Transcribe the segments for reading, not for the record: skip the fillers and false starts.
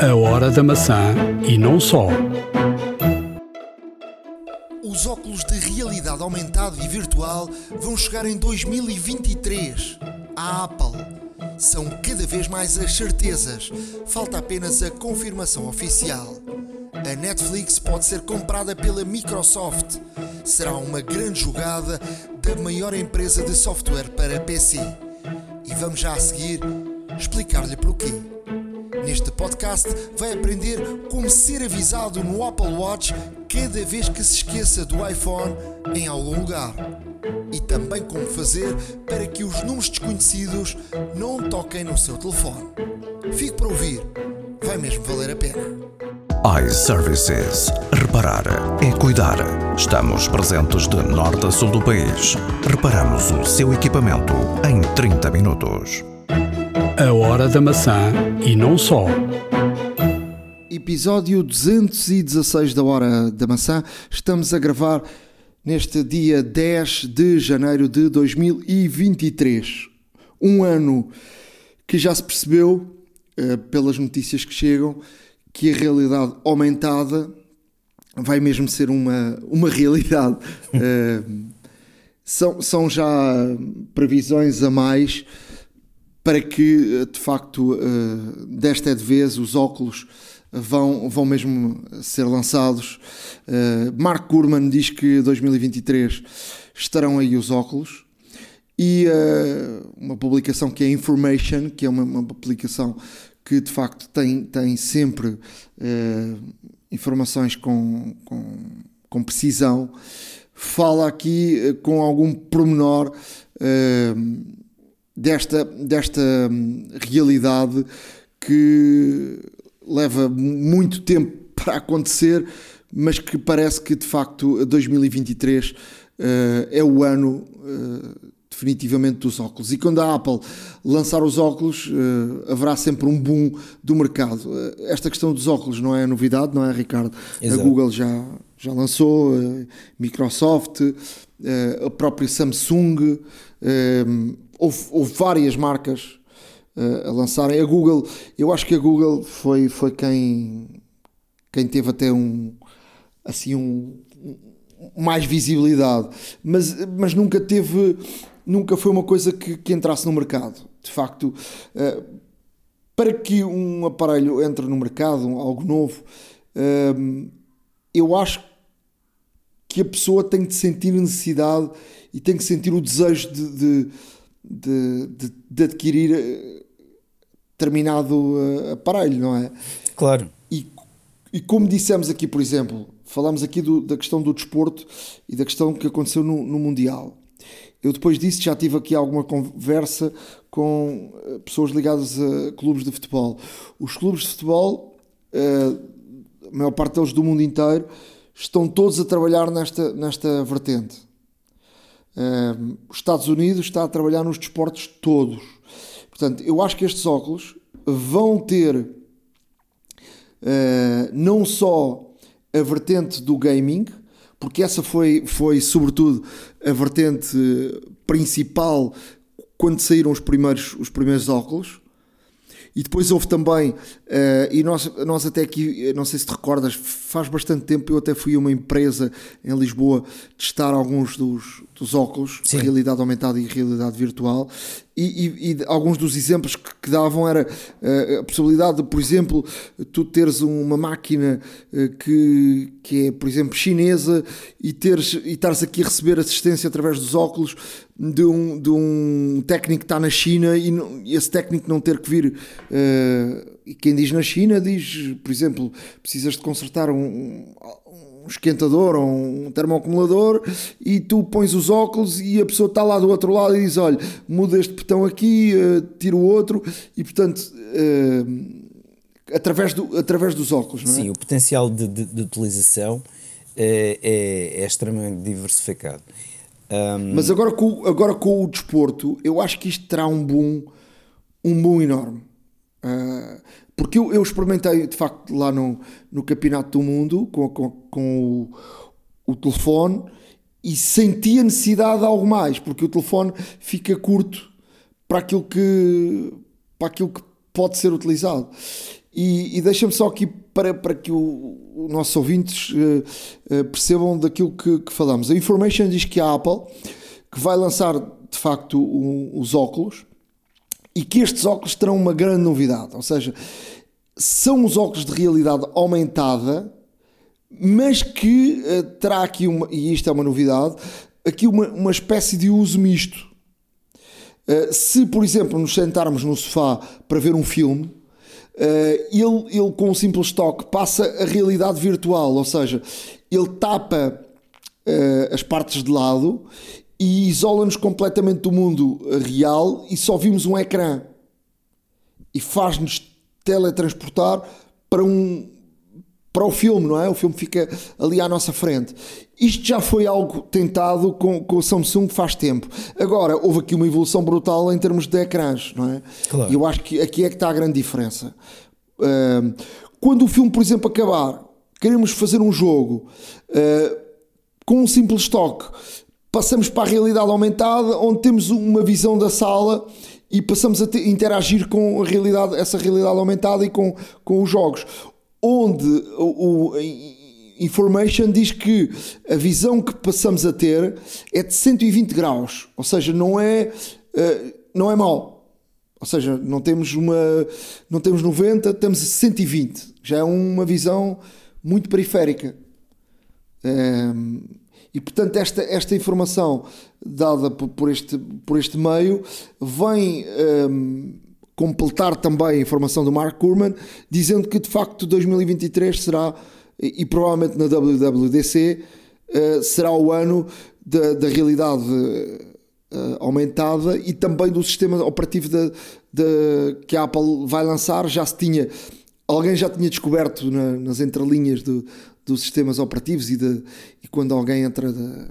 A Hora da Maçã e não só. Os óculos de realidade aumentada e virtual vão chegar em 2023. A Apple. São cada vez mais as certezas. Falta apenas a confirmação oficial. A Netflix pode ser comprada pela Microsoft. Será uma grande jogada da maior empresa de software para PC. E vamos já a seguir explicar-lhe porquê. Neste podcast vai aprender como ser avisado no Apple Watch cada vez que se esqueça do iPhone em algum lugar. E também como fazer para que os números desconhecidos não toquem no seu telefone. Fique para ouvir, vai mesmo valer a pena. iServices. Reparar é cuidar. Estamos presentes de norte a sul do país. Reparamos o seu equipamento em 30 minutos. A Hora da Maçã e não só. Episódio 216 da Hora da Maçã. Estamos a gravar neste dia 10 de janeiro de 2023. Um ano que já se percebeu, pelas notícias que chegam, que a realidade aumentada vai mesmo ser uma realidade. São já previsões a mais para que, de facto, desta vez os óculos vão mesmo ser lançados. Mark Gurman diz que 2023 estarão aí os óculos. E uma publicação que é Information, que é uma publicação que de facto tem sempre informações com precisão, fala aqui com algum pormenor desta realidade que leva muito tempo para acontecer, mas que parece que de facto 2023 é o ano definitivamente dos óculos. E quando a Apple lançar os óculos, haverá sempre um boom do mercado. Esta questão dos óculos não é novidade, não é, Ricardo? Exato. A Google já lançou, Microsoft, a própria Samsung, houve várias marcas a lançarem. A Google, eu acho que a Google foi quem teve até mais visibilidade, mas nunca foi uma coisa que entrasse no mercado. De facto, para que um aparelho entre no mercado, algo novo, eu acho que a pessoa tem de sentir a necessidade e tem que sentir o desejo de adquirir determinado aparelho, não é? Claro. E como dissemos aqui, por exemplo, falámos aqui da questão do desporto e da questão que aconteceu no Mundial. Eu depois disso já tive aqui alguma conversa com pessoas ligadas a clubes de futebol. Os clubes de futebol, a maior parte deles do mundo inteiro, estão todos a trabalhar nesta vertente. Os Estados Unidos está a trabalhar nos desportos todos. Portanto, eu acho que estes óculos vão ter não só a vertente do gaming, porque essa foi sobretudo a vertente principal quando saíram os primeiros óculos. E depois houve também, e nós até aqui, não sei se te recordas, faz bastante tempo eu até fui a uma empresa em Lisboa testar alguns dos óculos, de realidade aumentada e realidade virtual, e alguns dos exemplos que davam era a possibilidade de, por exemplo, tu teres uma máquina que é, por exemplo, chinesa e estares aqui a receber assistência através dos óculos de um técnico que está na China e esse técnico não ter que vir, e quem diz na China diz, por exemplo, precisas de consertar um esquentador ou um termoacumulador e tu pões os óculos e a pessoa está lá do outro lado e diz, olha, muda este botão aqui, tira o outro, e portanto através dos óculos, não é? Sim, o potencial de utilização é extremamente diversificado. Mas agora com o desporto, eu acho que isto terá um boom enorme. Porque eu experimentei de facto lá no Campeonato do Mundo com o telefone e senti a necessidade de algo mais, porque o telefone fica curto para aquilo que pode ser utilizado. E deixa-me só aqui para que os nossos ouvintes percebam daquilo que falamos. A Information diz que a Apple que vai lançar de facto os óculos e que estes óculos terão uma grande novidade, ou seja, são os óculos de realidade aumentada, mas que terá aqui e isto é uma novidade, aqui uma espécie de uso misto. Se, por exemplo, nos sentarmos no sofá para ver um filme, ele com um simples toque passa a realidade virtual, ou seja, ele tapa as partes de lado e isola-nos completamente do mundo real e só vimos um ecrã e faz-nos teletransportar para o filme, não é? O filme fica ali à nossa frente. Isto já foi algo tentado com a Samsung faz tempo. Agora, houve aqui uma evolução brutal em termos de ecrãs, não é? Claro. E eu acho que aqui é que está a grande diferença. Quando o filme, por exemplo, acabar, queremos fazer um jogo com um simples toque, passamos para a realidade aumentada, onde temos uma visão da sala e passamos a interagir com essa realidade aumentada e com os jogos. Onde o Information diz que a visão que passamos a ter é de 120 graus, ou seja, não é mau. Ou seja, não temos 90, temos 120. Já é uma visão muito periférica. E portanto esta informação dada por este meio vem completar também a informação do Mark Gurman, dizendo que de facto 2023 será, e provavelmente na WWDC, será o ano da realidade aumentada e também do sistema operativo que a Apple vai lançar. Alguém já tinha descoberto nas entrelinhas dos sistemas operativos e quando alguém entra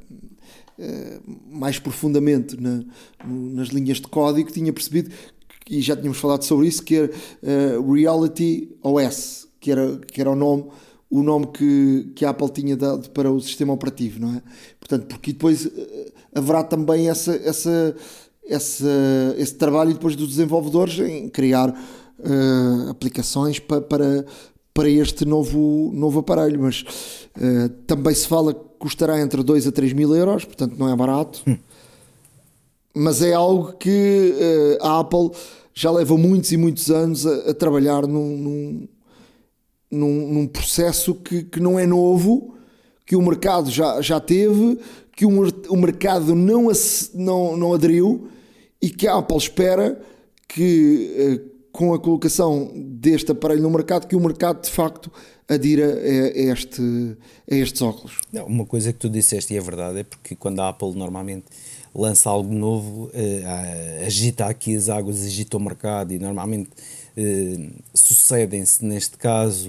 mais profundamente nas linhas de código, tinha percebido, e já tínhamos falado sobre isso, que era Reality OS, que era o nome que a Apple tinha dado para o sistema operativo, não é? Portanto, porque depois haverá também esse trabalho depois dos desenvolvedores em criar aplicações para este novo aparelho, mas também se fala que custará entre 2 a 3 mil euros, portanto não é barato, mas é algo que a Apple já leva muitos e muitos anos a trabalhar num processo que não é novo, que o mercado já teve, que o mercado não aderiu e que a Apple espera que com a colocação deste aparelho no mercado, que o mercado de facto adira a estes óculos. Não, uma coisa que tu disseste e é verdade, é porque quando a Apple normalmente lança algo novo, agita aqui as águas, agita o mercado e normalmente sucedem-se neste caso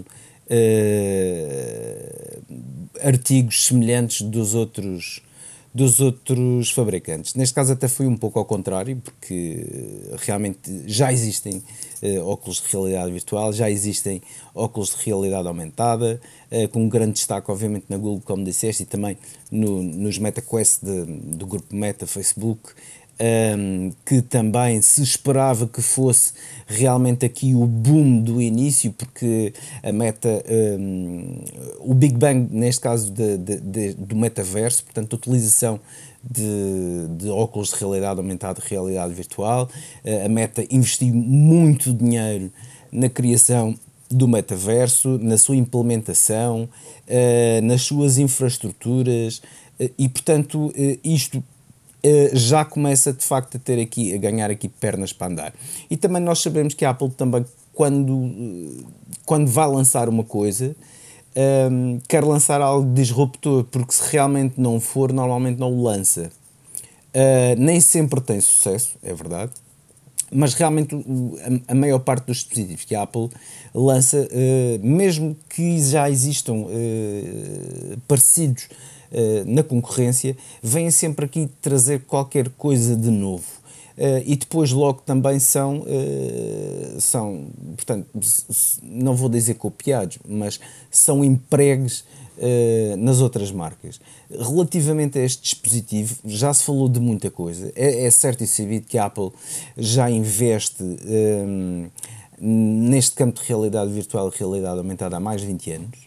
artigos semelhantes dos outros fabricantes. Neste caso até foi um pouco ao contrário, porque realmente já existem óculos de realidade virtual, já existem óculos de realidade aumentada, com um grande destaque obviamente na Google, como disseste, e também nos MetaQuest do grupo Meta, Facebook, que também se esperava que fosse realmente aqui o boom do início, porque a Meta, o Big Bang neste caso do metaverso, portanto a utilização de óculos de realidade aumentada, de realidade virtual, a Meta investiu muito dinheiro na criação do metaverso, na sua implementação, nas suas infraestruturas, e portanto isto já começa de facto a ganhar aqui pernas para andar. E também nós sabemos que a Apple também, quando vai lançar uma coisa, quer lançar algo disruptor, porque se realmente não for, normalmente não o lança. Nem sempre tem sucesso, é verdade, mas realmente a maior parte dos dispositivos que a Apple lança, mesmo que já existam parecidos na concorrência, vêm sempre aqui trazer qualquer coisa de novo. E depois logo também são, portanto, não vou dizer copiados, mas são empregues nas outras marcas. Relativamente a este dispositivo, já se falou de muita coisa. É certo e sabido que a Apple já investe neste campo de realidade virtual e realidade aumentada há mais de 20 anos.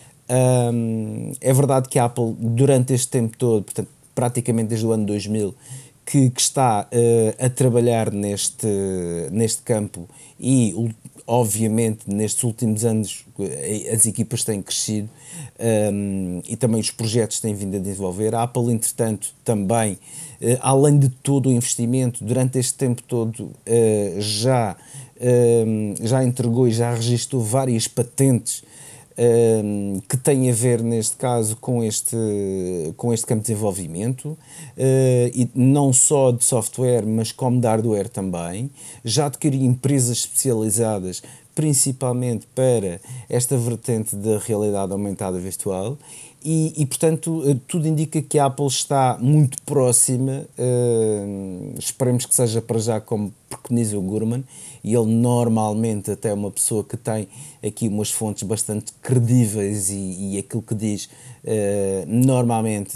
É verdade que a Apple, durante este tempo todo, portanto, praticamente desde o ano 2000, que está a trabalhar neste campo e, obviamente, nestes últimos anos as equipas têm crescido e também os projetos têm vindo a desenvolver. A Apple, entretanto, também, além de todo o investimento, durante este tempo todo já entregou e já registrou várias patentes que tem a ver, neste caso, com este campo de desenvolvimento, e não só de software, mas como de hardware também. Já adquiriu empresas especializadas, principalmente para esta vertente da realidade aumentada virtual, e portanto, tudo indica que a Apple está muito próxima, esperemos que seja para já como preconiza o Gurman, e ele normalmente até é uma pessoa que tem aqui umas fontes bastante credíveis e aquilo que diz normalmente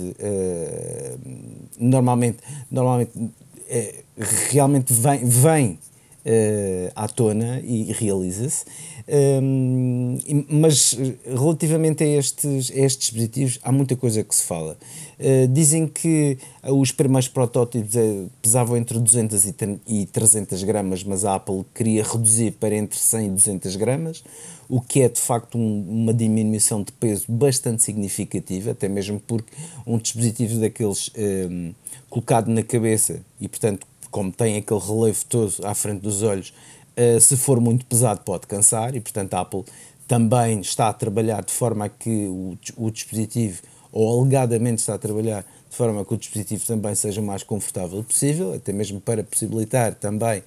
realmente vem à tona e realiza-se. Mas relativamente a estes dispositivos há muita coisa que se fala. Dizem que os primeiros protótipos pesavam entre 200 e 300 gramas, mas a Apple queria reduzir para entre 100 e 200 gramas, o que é de facto uma diminuição de peso bastante significativa, até mesmo porque um dispositivo daqueles colocado na cabeça e, portanto, como tem aquele relevo todo à frente dos olhos, se for muito pesado pode cansar, e portanto a Apple também está a trabalhar de forma a que o dispositivo, ou alegadamente está a trabalhar de forma a que o dispositivo também seja o mais confortável possível, até mesmo para possibilitar também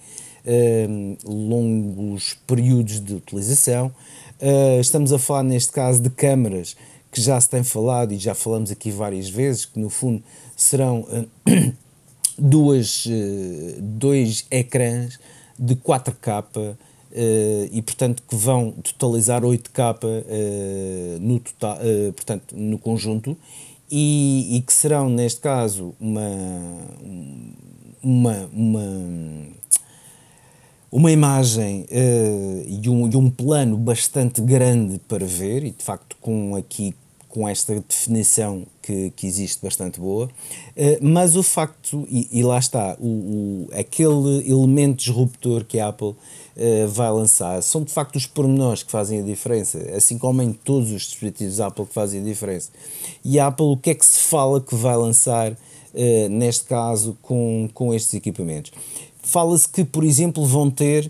longos períodos de utilização. Estamos a falar neste caso de câmaras que já se tem falado e já falamos aqui várias vezes, que no fundo serão dois ecrãs de 4K e portanto que vão totalizar 8K no conjunto, e que serão neste caso uma imagem e um plano bastante grande para ver, e de facto com esta definição que existe bastante boa, mas o facto, e lá está, aquele elemento disruptor que a Apple vai lançar, são de facto os pormenores que fazem a diferença, assim como em todos os dispositivos Apple que fazem a diferença. E a Apple, o que é que se fala que vai lançar, neste caso, com estes equipamentos? Fala-se que, por exemplo, vão ter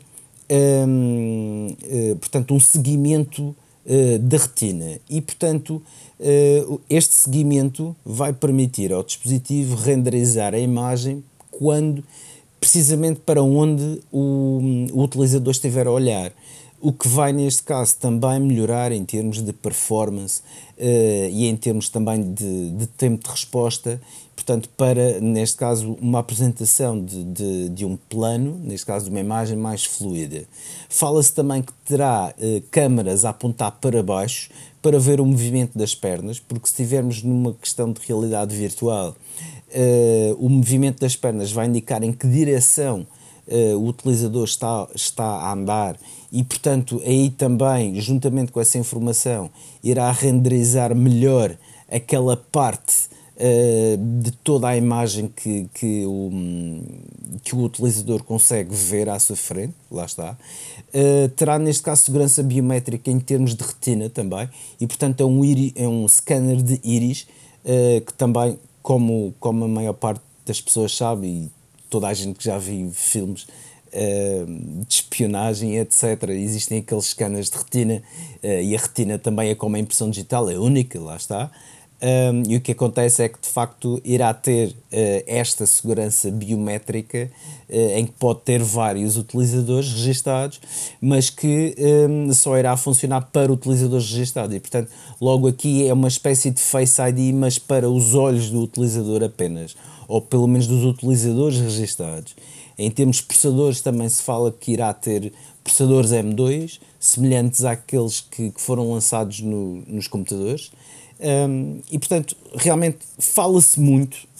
portanto, um seguimento da retina, e portanto este seguimento vai permitir ao dispositivo renderizar a imagem precisamente para onde o utilizador estiver a olhar, o que vai neste caso também melhorar em termos de performance e em termos também de tempo de resposta, portanto, para neste caso uma apresentação de um plano, neste caso de uma imagem mais fluida. Fala-se também que terá câmaras a apontar para baixo para ver o movimento das pernas, porque se estivermos numa questão de realidade virtual, o movimento das pernas vai indicar em que direção o utilizador está a andar, e portanto aí também, juntamente com essa informação, irá renderizar melhor aquela parte de toda a imagem que o utilizador consegue ver à sua frente, lá está. Terá neste caso segurança biométrica em termos de retina também, e portanto é um scanner de íris que também, como a maior parte das pessoas sabe, e toda a gente que já viu filmes de espionagem, etc., existem aqueles scanners de retina, e a retina também é como a impressão digital, é única, lá está. E o que acontece é que de facto irá ter esta segurança biométrica em que pode ter vários utilizadores registados, mas que só irá funcionar para utilizadores registados, e portanto logo aqui é uma espécie de Face ID, mas para os olhos do utilizador apenas, ou pelo menos dos utilizadores registados. Em termos de processadores também se fala que irá ter processadores M2 semelhantes àqueles que foram lançados nos computadores. E portanto realmente fala-se muito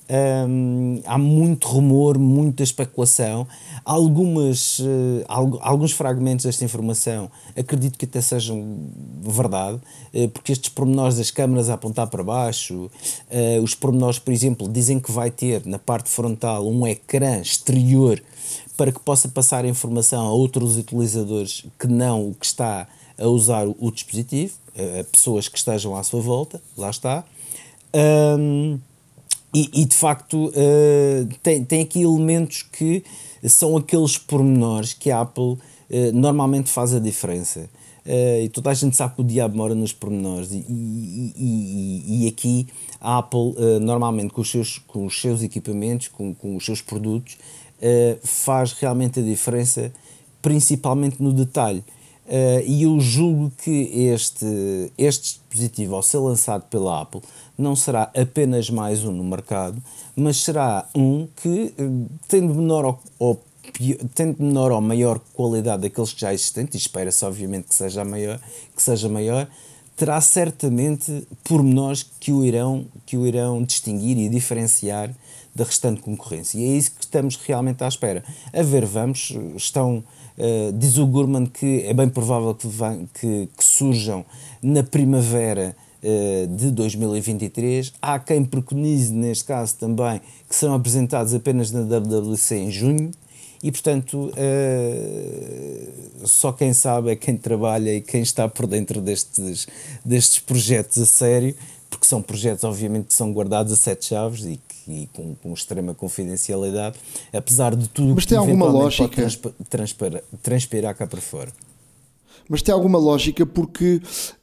há muito rumor, muita especulação. Alguns fragmentos desta informação acredito que até sejam verdade, porque estes pormenores das câmaras a apontar para baixo, os pormenores, por exemplo, dizem que vai ter na parte frontal um ecrã exterior para que possa passar a informação a outros utilizadores que não o que está a usar o dispositivo, a pessoas que estejam à sua volta, lá está. E de facto tem aqui elementos que são aqueles pormenores que a Apple normalmente faz a diferença. E toda a gente sabe que o diabo mora nos pormenores, e aqui a Apple normalmente com os seus equipamentos, com os seus produtos, faz realmente a diferença, principalmente no detalhe. E eu julgo que este dispositivo, ao ser lançado pela Apple, não será apenas mais um no mercado, mas será um que, tendo menor ou maior qualidade daqueles que já existem, e espera-se obviamente que seja maior, terá certamente pormenores que o irão distinguir e diferenciar da restante concorrência. E é isso que estamos realmente à espera. A ver, vamos, diz o Gurman que é bem provável que surjam na primavera de 2023. Há quem preconize, neste caso também, que serão apresentados apenas na WWDC em junho, e portanto só quem sabe é quem trabalha e quem está por dentro destes projetos a sério, porque são projetos obviamente que são guardados a 7 chaves e com extrema confidencialidade, apesar de tudo. Mas tem alguma lógica, pode transpirar cá para fora. Mas tem alguma lógica, porque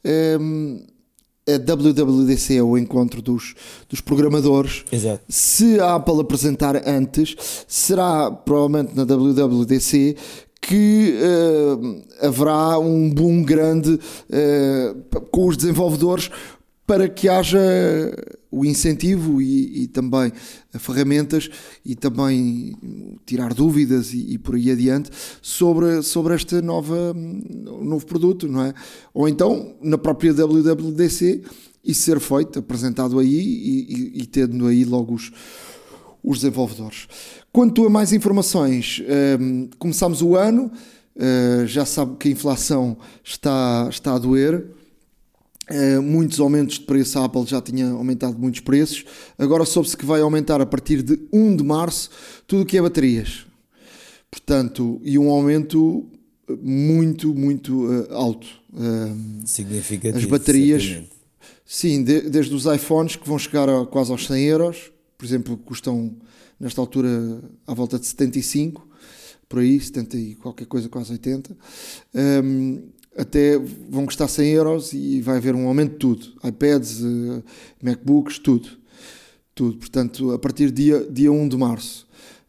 a WWDC é o encontro dos programadores. Exato. Se a Apple apresentar antes, será provavelmente na WWDC que haverá um boom grande com os desenvolvedores, para que haja o incentivo e também ferramentas, e também tirar dúvidas e por aí adiante sobre este novo produto, não é? Ou então na própria WWDC isso ser feito, apresentado aí e tendo aí logo os desenvolvedores. Quanto a mais informações, começámos o ano, já sabe que a inflação está a doer. Muitos aumentos de preço. A Apple já tinha aumentado muitos preços, agora soube-se que vai aumentar a partir de 1 de março tudo o que é baterias, portanto, e um aumento muito alto, significativo. As baterias, certamente. Sim, desde os iPhones, que vão chegar quase aos 100 euros, por exemplo, custam nesta altura à volta de 75, por aí, 70 e qualquer coisa, quase 80, até vão custar 100 euros, e vai haver um aumento de tudo, iPads, MacBooks, tudo, portanto, a partir dia 1 de março.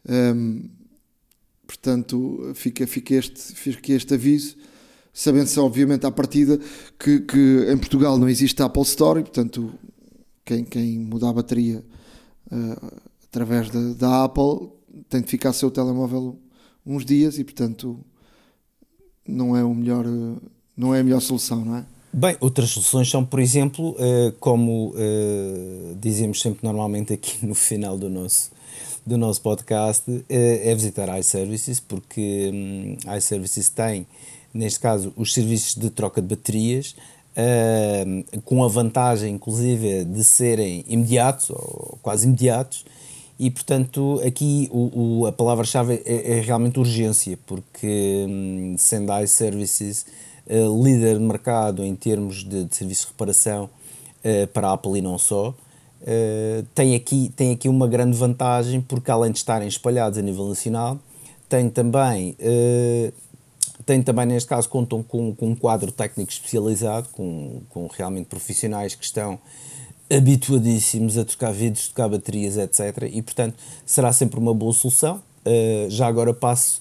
Portanto, fica este aviso, sabendo-se obviamente à partida que em Portugal não existe a Apple Store, e portanto quem mudar a bateria através da Apple tem de ficar seu telemóvel uns dias, e portanto não é a melhor solução, não é? Bem, outras soluções são, por exemplo, como dizemos sempre normalmente aqui no final do nosso podcast, é visitar a iServices, porque a iServices tem, neste caso, os serviços de troca de baterias, com a vantagem, inclusive, de serem imediatos, ou quase imediatos, e, portanto, aqui a palavra-chave é realmente urgência, porque sendo a iServices líder de mercado em termos de serviço de reparação para a Apple e não só, tem aqui uma grande vantagem, porque além de estarem espalhados a nível nacional, tem também neste caso, contam com um quadro técnico especializado, com realmente profissionais que estão habituadíssimos a trocar vidros, trocar baterias, etc. E, portanto, será sempre uma boa solução. Já agora passo,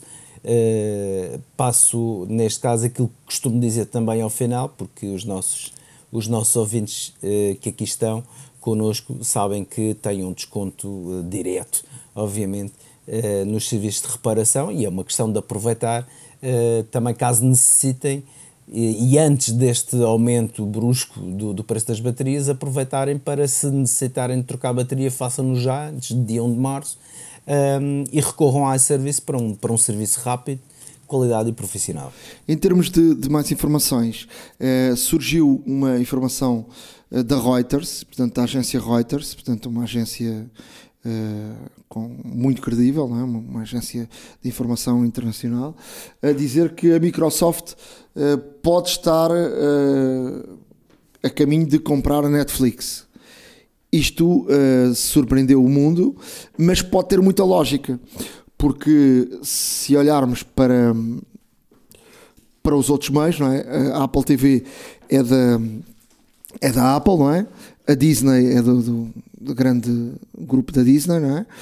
neste caso, aquilo que costumo dizer também ao final, porque os nossos ouvintes que aqui estão connosco sabem que têm um desconto direto, obviamente, nos serviços de reparação, e é uma questão de aproveitar também, caso necessitem e antes deste aumento brusco do preço das baterias, aproveitarem para, se necessitarem de trocar a bateria, façam-no já, antes de dia 1 de março, e recorram ao iService para um serviço rápido, qualidade e profissional. Em termos de mais informações, surgiu uma informação da Reuters, portanto da agência Reuters, portanto uma agência muito credível, não é? Uma agência de informação internacional, a dizer que a Microsoft pode estar a caminho de comprar a Netflix. Isto surpreendeu o mundo, mas pode ter muita lógica, porque se olharmos para os outros meios, não é? A Apple TV é da Apple, não é? A Disney é do grande grupo da Disney, não é?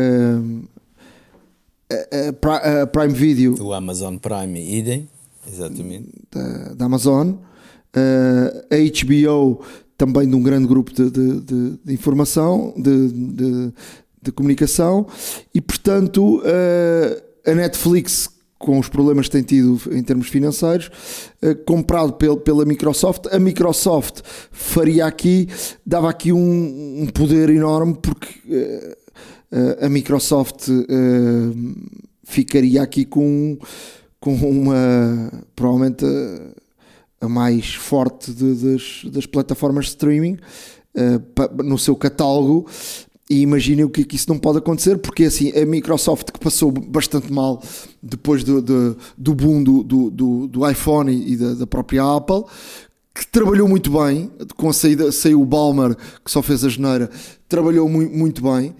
A Prime Video, O Amazon Prime, idem, exatamente. da Amazon, a HBO também de um grande grupo de informação, de comunicação, e portanto a Netflix, com os problemas que tem tido em termos financeiros, comprado pela Microsoft, a Microsoft dava aqui um poder enorme, porque a Microsoft ficaria aqui com uma, provavelmente a mais forte das plataformas de streaming no seu catálogo. E imaginem o que é que isso não pode acontecer, porque assim, a Microsoft, que passou bastante mal depois do boom do iPhone e da própria Apple, que trabalhou muito bem, com a saída, saiu o Ballmer, que só fez a geneira, trabalhou muito bem,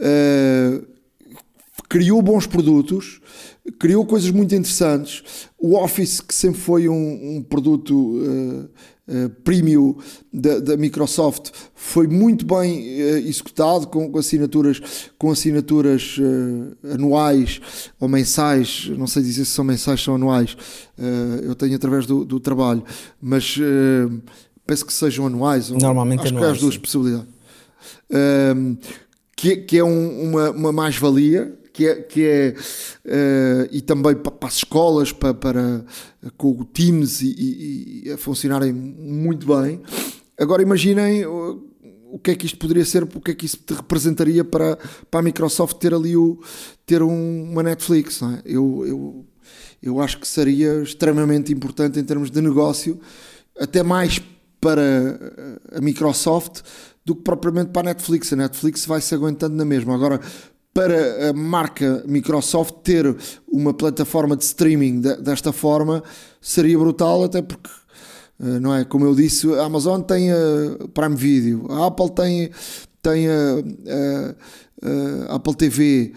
criou bons produtos, criou coisas muito interessantes. O Office, que sempre foi um produto premium da Microsoft, foi muito bem executado, com assinaturas anuais ou mensais, não sei dizer se são mensais ou são anuais, eu tenho através do trabalho, mas penso que sejam anuais. Normalmente acho anuais, que é as duas possibilidades. Que é uma mais-valia, e também para as escolas, com o Teams e a funcionarem muito bem. Agora imaginem o que é que isto poderia ser, o que é que isso representaria para a Microsoft ter ali uma Netflix, não é? Eu acho que seria extremamente importante em termos de negócio, até mais para a Microsoft do que propriamente para a Netflix. A Netflix vai se aguentando na mesma. Agora, para a marca Microsoft ter uma plataforma de streaming desta forma seria brutal, até porque, não é? Como eu disse, a Amazon tem a Prime Video, a Apple tem a Apple TV,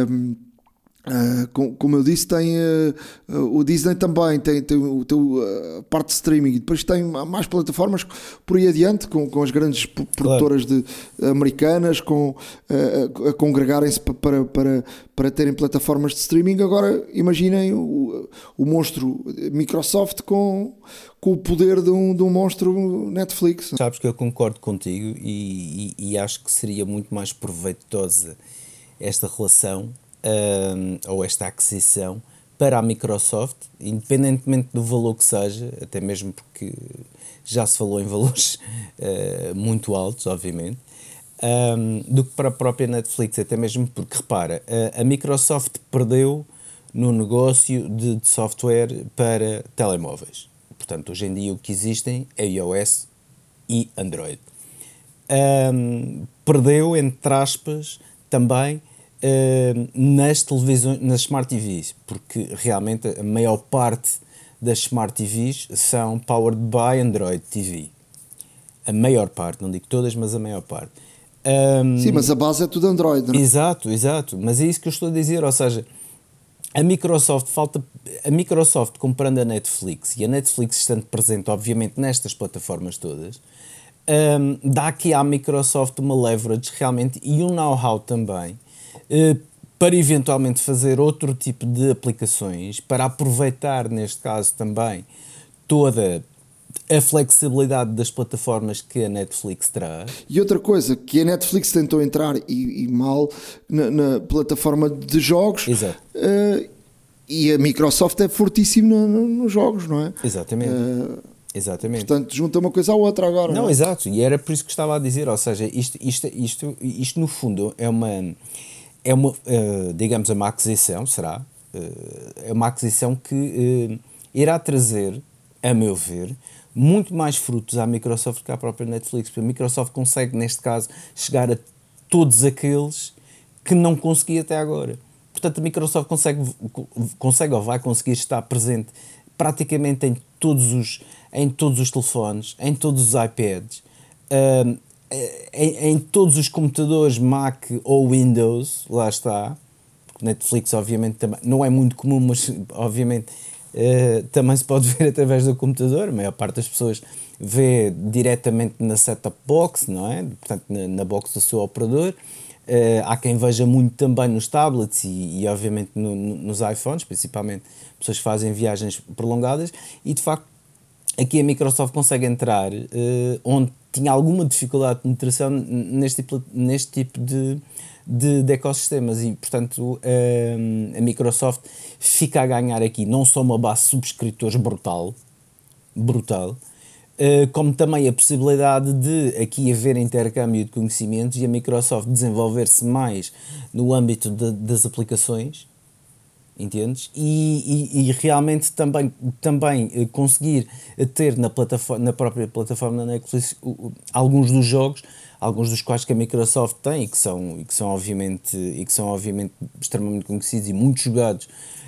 como eu disse, tem o Disney também, tem a parte de streaming, e depois tem mais plataformas por aí adiante, com as grandes produtoras americanas a congregarem-se para terem plataformas de streaming. Agora imaginem o monstro Microsoft com o poder de um monstro Netflix. Sabes que eu concordo contigo e acho que seria muito mais proveitosa esta relação, ou esta aquisição, para a Microsoft, independentemente do valor que seja, até mesmo porque já se falou em valores muito altos, obviamente, do que para a própria Netflix, até mesmo porque, repara, a Microsoft perdeu no negócio de software para telemóveis. Portanto, hoje em dia o que existem é iOS e Android. Perdeu, entre aspas, também nas televisões, nas Smart TVs, porque realmente a maior parte das Smart TVs são powered by Android TV. A maior parte, não digo todas, mas a maior parte. Sim, mas a base é tudo Android, não é? Exato, mas é isso que eu estou a dizer, ou seja, a Microsoft comprando a Netflix, e a Netflix estando presente, obviamente, nestas plataformas todas, dá aqui à Microsoft uma leverage realmente e um know-how também, para eventualmente fazer outro tipo de aplicações, para aproveitar, neste caso também, toda a flexibilidade das plataformas que a Netflix traz. E outra coisa, que a Netflix tentou entrar e mal na plataforma de jogos. Exato. E a Microsoft é fortíssima nos jogos, não é? Exatamente. Exatamente. Portanto, junta uma coisa à outra agora. Não, não é? exato, e era por isso que estava a dizer, ou seja, isto no fundo é uma digamos, uma aquisição, será? É uma aquisição que irá trazer, a meu ver, muito mais frutos à Microsoft que à própria Netflix, porque a Microsoft consegue, neste caso, chegar a todos aqueles que não conseguia até agora. Portanto, a Microsoft consegue ou vai conseguir estar presente praticamente em todos os telefones, em todos os iPads, em todos os computadores Mac ou Windows, lá está. Netflix, obviamente, também não é muito comum, mas obviamente também se pode ver através do computador. A maior parte das pessoas vê diretamente na set-top box, não é? Portanto, na box do seu operador. Há quem veja muito também nos tablets e obviamente nos iPhones, principalmente pessoas que fazem viagens prolongadas, e de facto aqui a Microsoft consegue entrar onde tinha alguma dificuldade de penetração neste tipo de ecossistemas, e portanto a Microsoft fica a ganhar aqui não só uma base de subscritores brutal, como também a possibilidade de aqui haver intercâmbio de conhecimentos e a Microsoft desenvolver-se mais no âmbito das aplicações, entendes? E realmente também conseguir ter na própria plataforma da Netflix alguns dos jogos, alguns dos quais que a Microsoft tem e que são obviamente extremamente conhecidos e muito jogados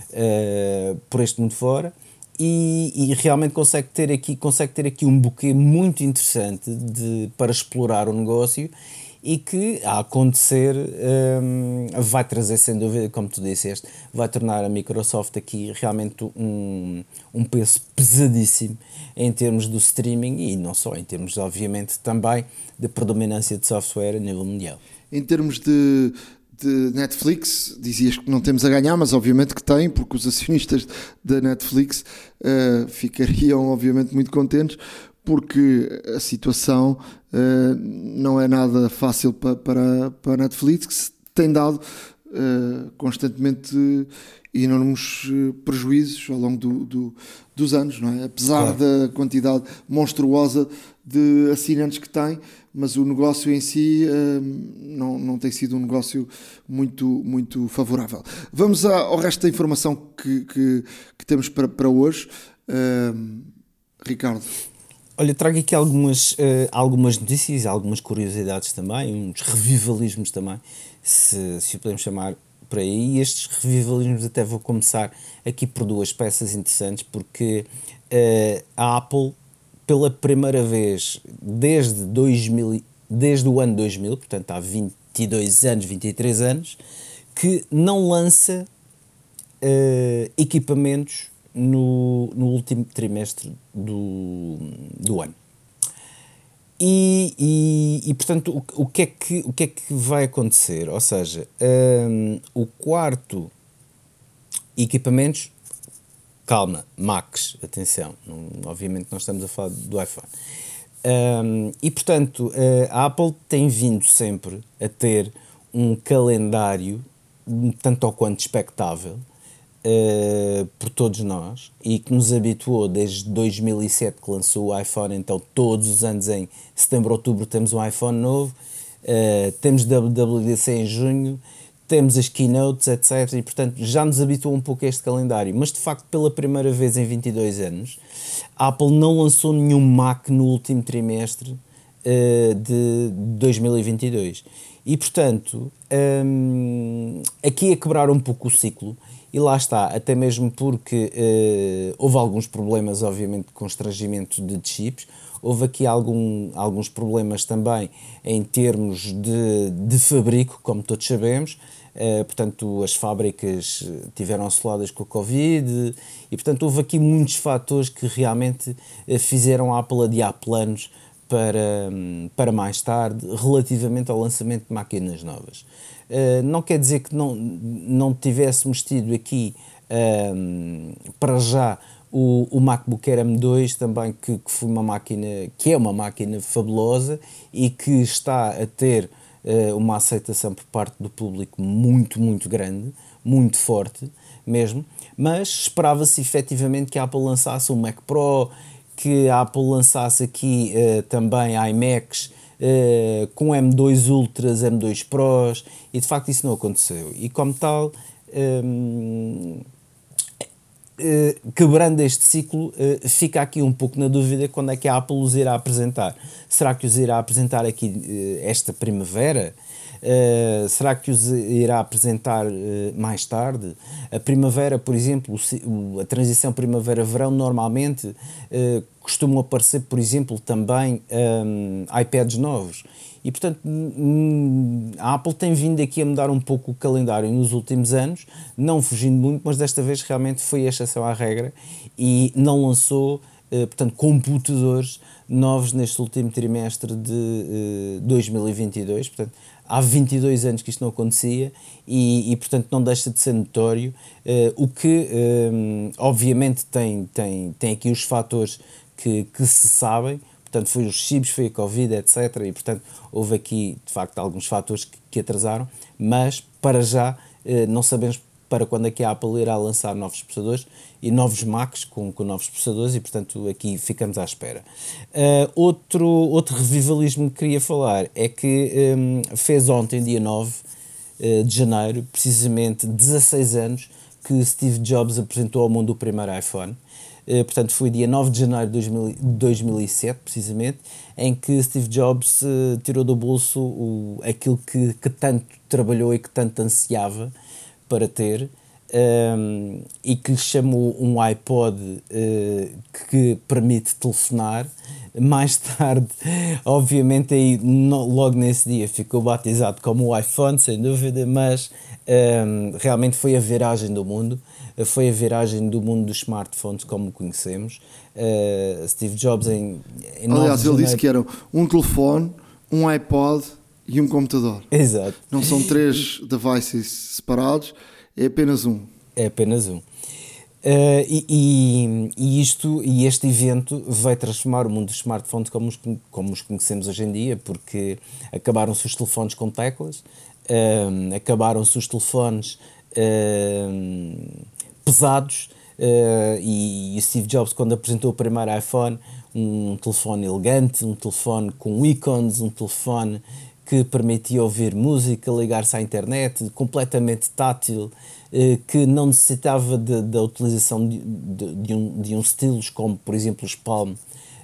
por este mundo fora. E realmente consegue ter aqui um buquê muito interessante para explorar o negócio, e que, a acontecer, vai trazer, sem dúvida, como tu disseste, vai tornar a Microsoft aqui realmente um peso pesadíssimo em termos do streaming, e não só, em termos, obviamente, também de predominância de software a nível mundial. Em termos de Netflix, dizias que não temos a ganhar, mas obviamente que tem, porque os acionistas da Netflix ficariam obviamente muito contentes, porque a situação não é nada fácil para a Netflix, tem dado constantemente enormes prejuízos ao longo dos anos, não é? Apesar da quantidade monstruosa de assinantes que tem, mas o negócio em si não tem sido um negócio muito favorável. Vamos ao resto da informação que temos para hoje. Ricardo. Olha, trago aqui algumas notícias, algumas curiosidades também, uns revivalismos também, se o podemos chamar por aí. E estes revivalismos até vou começar aqui por duas peças interessantes, porque a Apple, pela primeira vez desde o ano 2000, portanto há 22 anos, 23 anos, que não lança equipamentos no último trimestre do ano. E portanto, o que é que vai acontecer? Ou seja, o quarto equipamentos, calma, Macs, atenção, obviamente nós estamos a falar do iPhone. E portanto, a Apple tem vindo sempre a ter um calendário tanto ou quanto expectável por todos nós, e que nos habituou desde 2007, que lançou o iPhone. Então todos os anos em setembro, outubro temos um iPhone novo, temos WWDC em junho, temos as keynotes, etc. E portanto já nos habituou um pouco a este calendário, mas de facto pela primeira vez em 22 anos a Apple não lançou nenhum Mac no último trimestre de 2022, e portanto aqui a quebrar um pouco o ciclo. E lá está, até mesmo porque houve alguns problemas, obviamente, de constrangimento de chips, houve aqui alguns problemas também em termos de fabrico, como todos sabemos, portanto as fábricas tiveram assoladas com a Covid, e portanto houve aqui muitos fatores que realmente fizeram a Apple adiar planos para mais tarde, relativamente ao lançamento de máquinas novas. Não quer dizer que não tivéssemos tido aqui para já o MacBook Air M2 também, que foi uma máquina, que é uma máquina fabulosa e que está a ter uma aceitação por parte do público muito, muito grande, muito forte mesmo, mas esperava-se efetivamente que a Apple lançasse um Mac Pro, que a Apple lançasse aqui também iMacs com M2 Ultras, M2 Pros, e de facto isso não aconteceu. E como tal, quebrando este ciclo, fica aqui um pouco na dúvida quando é que a Apple os irá apresentar. Será que os irá apresentar aqui esta primavera? Será que os irá apresentar mais tarde? A primavera, por exemplo, a transição primavera-verão normalmente costumam aparecer, por exemplo, também iPads novos. E, portanto, a Apple tem vindo aqui a mudar um pouco o calendário nos últimos anos, não fugindo muito, mas desta vez realmente foi a exceção à regra e não lançou, portanto, computadores novos neste último trimestre de 2022. Portanto, há 22 anos que isto não acontecia e portanto, não deixa de ser notório, o que, obviamente, tem aqui os fatores que se sabem. Portanto, foi os chips, foi a Covid, etc. E, portanto, houve aqui, de facto, alguns fatores que atrasaram, mas, para já, não sabemos para quando é que a Apple irá lançar novos processadores e novos Macs com novos processadores e, portanto, aqui ficamos à espera. Outro revivalismo que queria falar é que fez ontem, dia 9 de janeiro, precisamente 16 anos, que Steve Jobs apresentou ao mundo o primeiro iPhone. Portanto, foi dia 9 de janeiro de 2007, precisamente, em que Steve Jobs tirou do bolso aquilo que tanto trabalhou e que tanto ansiava para ter, e que lhe chamou um iPod que permite telefonar. Mais tarde, obviamente, aí, logo nesse dia ficou batizado como o iPhone, sem dúvida, mas realmente foi a viragem do mundo. Foi a viragem do mundo dos smartphones como o conhecemos. Steve Jobs em aliás, ele disse que eram um telefone, um iPod e um computador. Exato. Não são 3 devices separados, é apenas um. É apenas um. E este evento vai transformar o mundo dos smartphones como os conhecemos hoje em dia, porque acabaram-se os telefones com teclas, acabaram-se os telefones pesados, e Steve Jobs, quando apresentou o primeiro iPhone, um telefone elegante, um telefone com ícones, um telefone que permitia ouvir música, ligar-se à internet, completamente tátil, que não necessitava da utilização de um stylus, como por exemplo os Palm.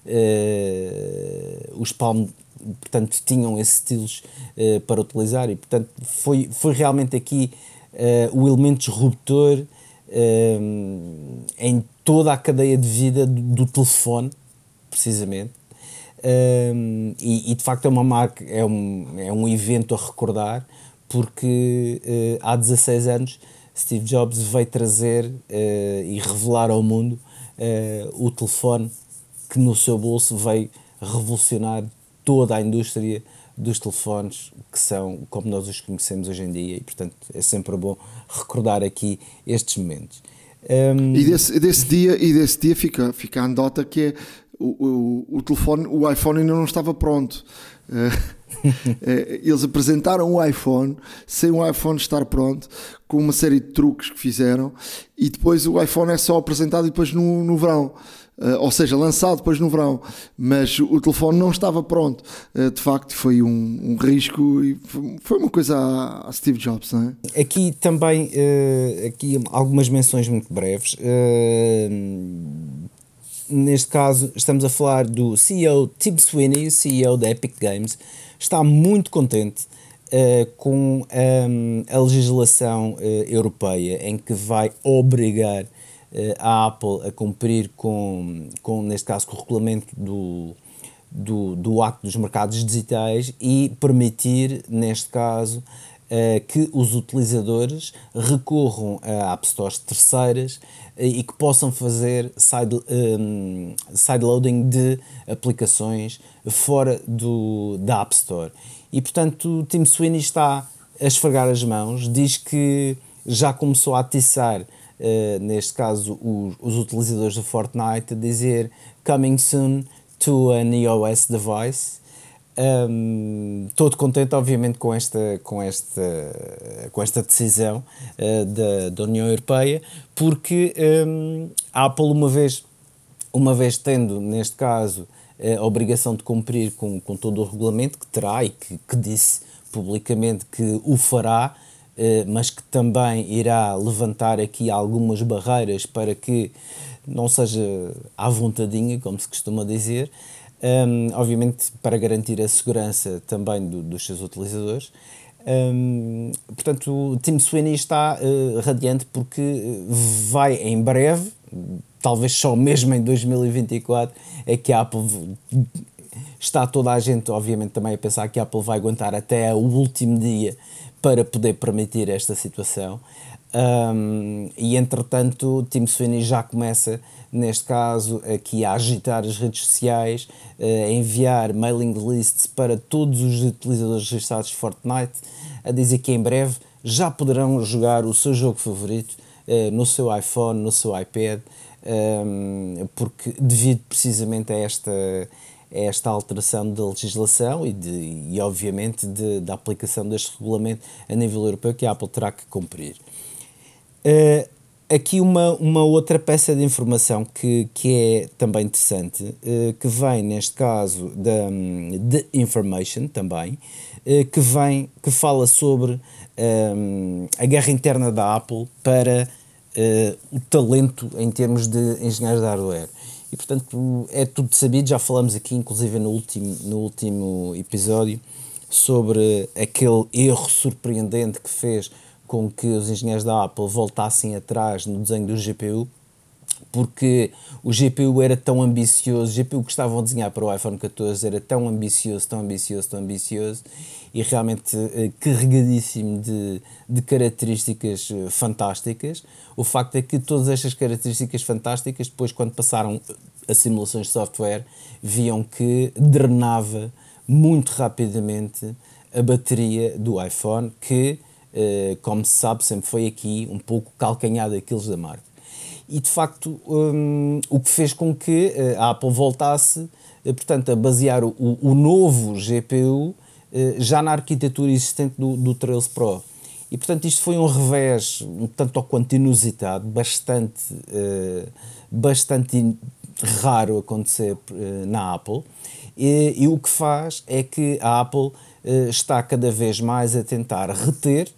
Os Palm, portanto, tinham esses stylus para utilizar, e portanto foi realmente aqui o elemento disruptor em toda a cadeia de vida do telefone, precisamente. E de facto é uma marca, é um evento a recordar, porque há 16 anos Steve Jobs veio trazer e revelar ao mundo o telefone que no seu bolso veio revolucionar toda a indústria dos telefones, que são como nós os conhecemos hoje em dia, e portanto é sempre bom recordar aqui estes momentos. E desse dia fica a anedota que é o telefone, o iPhone ainda não estava pronto. Eles apresentaram o iPhone sem o iPhone estar pronto, com uma série de truques que fizeram, e depois o iPhone é só apresentado depois no verão. Ou seja, lançado depois no verão, mas o telefone não estava pronto. De facto, foi um risco e foi uma coisa a Steve Jobs, não é? Aqui também, aqui algumas menções muito breves. Neste caso, estamos a falar do CEO Tim Sweeney, CEO da Epic Games. Está muito contente com a legislação europeia, em que vai obrigar a Apple a cumprir com neste caso, com o regulamento do Acto dos Mercados Digitais, e permitir, neste caso, que os utilizadores recorram a App Stores terceiras e que possam fazer sideloading de aplicações fora da App Store. E, portanto, o Tim Sweeney está a esfregar as mãos, diz que já começou a atiçar, neste caso, os utilizadores do Fortnite, a dizer "coming soon to an iOS device", Todo contente, obviamente, com esta decisão da União Europeia, porque a Apple, uma vez tendo, neste caso, a obrigação de cumprir com todo o regulamento que terá e que disse publicamente que o fará, mas que também irá levantar aqui algumas barreiras para que não seja à vontadinha, como se costuma dizer, obviamente para garantir a segurança também dos seus utilizadores. Portanto, o Tim Sweeney está radiante porque vai em breve, talvez só mesmo em 2024, é que a Apple está toda a gente, obviamente, também a pensar que a Apple vai aguentar até o último dia para poder permitir esta situação. E entretanto, Tim Sweeney já começa, neste caso, aqui a agitar as redes sociais, a enviar mailing lists para todos os utilizadores registrados de Fortnite, a dizer que em breve já poderão jogar o seu jogo favorito no seu iPhone, no seu iPad, porque devido precisamente a esta alteração da legislação e obviamente da aplicação deste regulamento a nível europeu que a Apple terá que cumprir. Aqui uma outra peça de informação que é também interessante, que vem neste caso da The Information também, que fala sobre a guerra interna da Apple para o talento em termos de engenheiros de hardware. E portanto é tudo sabido, já falamos aqui inclusive no último episódio sobre aquele erro surpreendente que fez com que os engenheiros da Apple voltassem atrás no desenho do GPU, porque o GPU era tão ambicioso, o GPU que estavam a desenhar para o iPhone 14 era tão ambicioso, e realmente carregadíssimo de características fantásticas. O facto é que todas estas características fantásticas, depois quando passaram a simulações de software, viam que drenava muito rapidamente a bateria do iPhone, que, como se sabe, sempre foi aqui um pouco calcanhar daqueles da marca. E de facto o que fez com que a Apple voltasse, portanto, a basear o novo GPU já na arquitetura existente do 13 Pro. E portanto isto foi um revés um tanto ou quanto inusitado, bastante raro acontecer na Apple, e o que faz é que a Apple está cada vez mais a tentar reter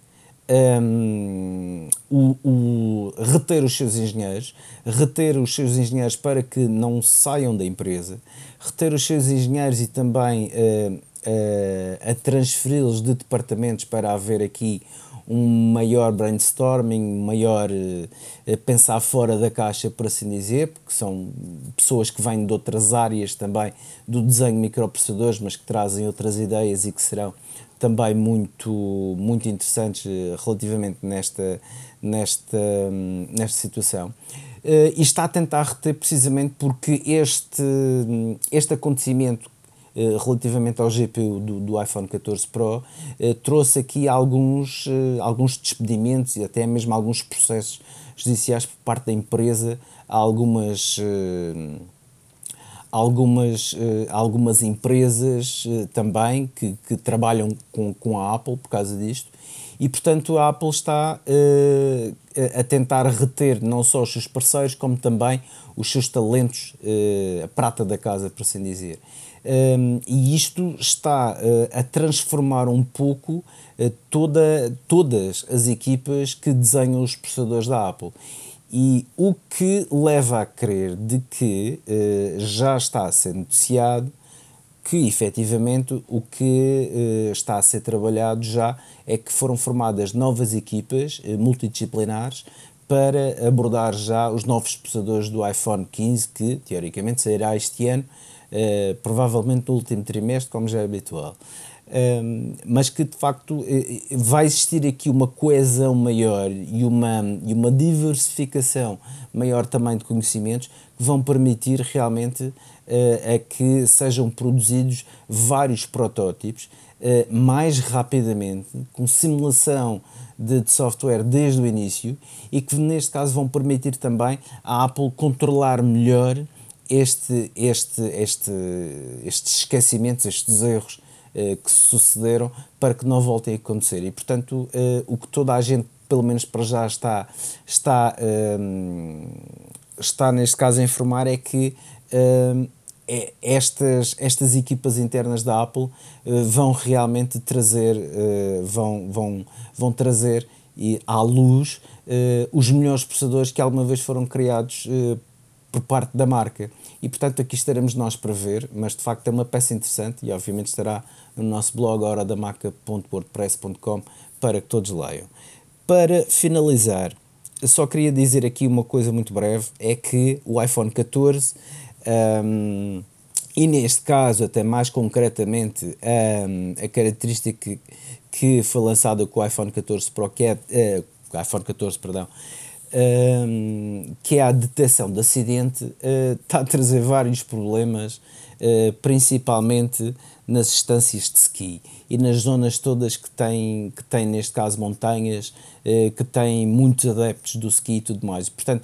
os seus engenheiros para que não saiam da empresa, reter os seus engenheiros e também a transferi-los de departamentos para haver aqui um maior brainstorming, maior pensar fora da caixa, por assim dizer, porque são pessoas que vêm de outras áreas também do desenho de microprocessadores, mas que trazem outras ideias e que serão também muito interessantes relativamente nesta situação. E está a tentar reter precisamente porque este acontecimento relativamente ao GPU do iPhone 14 Pro trouxe aqui alguns despedimentos e até mesmo alguns processos judiciais por parte da empresa a algumas empresas também que trabalham com a Apple por causa disto, e portanto a Apple está a tentar reter não só os seus parceiros como também os seus talentos, a prata da casa, por assim dizer. E isto está a transformar um pouco todas as equipas que desenham os processadores da Apple. E o que leva a crer de que já está a ser noticiado que, efetivamente, o que está a ser trabalhado já é que foram formadas novas equipas multidisciplinares para abordar já os novos processadores do iPhone 15, que, teoricamente, sairá este ano, provavelmente no último trimestre, como já é habitual. Mas que de facto vai existir aqui uma coesão maior e uma diversificação maior também de conhecimentos que vão permitir realmente a que sejam produzidos vários protótipos mais rapidamente, com simulação de software desde o início, e que neste caso vão permitir também à Apple controlar melhor estes esquecimentos, estes erros que sucederam, para que não voltem a acontecer. E, portanto, o que toda a gente, pelo menos para já, está neste caso a informar é que estas equipas internas da Apple vão realmente trazer, vão trazer à luz os melhores processadores que alguma vez foram criados por parte da marca. E, portanto, aqui estaremos nós para ver, mas de facto é uma peça interessante e obviamente estará no nosso blog horadamaca.wordpress.com para que todos leiam. Para finalizar, eu só queria dizer aqui uma coisa muito breve, é que o iPhone 14, e neste caso até mais concretamente a característica que foi lançada com o iPhone 14 Pro, que é que é a detecção de acidente, está a trazer vários problemas, principalmente nas estâncias de ski e nas zonas todas que têm neste caso montanhas, que têm muitos adeptos do ski e tudo mais. Portanto,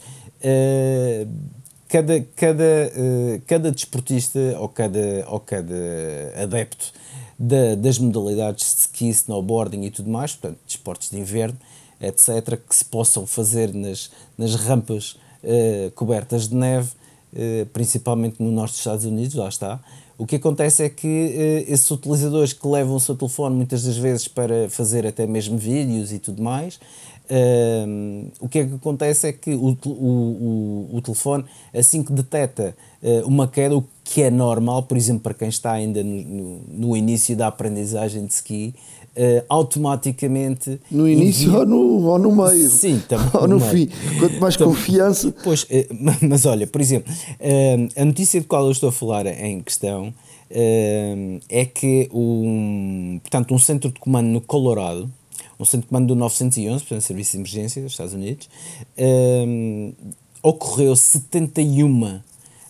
cada desportista ou cada adepto das modalidades de ski, snowboarding e tudo mais, portanto, desportos de inverno, etc., que se possam fazer nas rampas cobertas de neve, principalmente no norte dos Estados Unidos, lá está. O que acontece é que esses utilizadores que levam o seu telefone muitas das vezes para fazer até mesmo vídeos e tudo mais, o que é que acontece é que o telefone, assim que detecta uma queda, o que é normal, por exemplo, para quem está ainda no início da aprendizagem de ski, automaticamente... No início ou no meio? Sim, também. Ou no fim. Quanto mais confiança... Pois, mas olha, por exemplo, a notícia de qual eu estou a falar em questão é que portanto, um centro de comando no Colorado, um centro de comando do 911, portanto, Serviço de Emergência dos Estados Unidos, ocorreu 71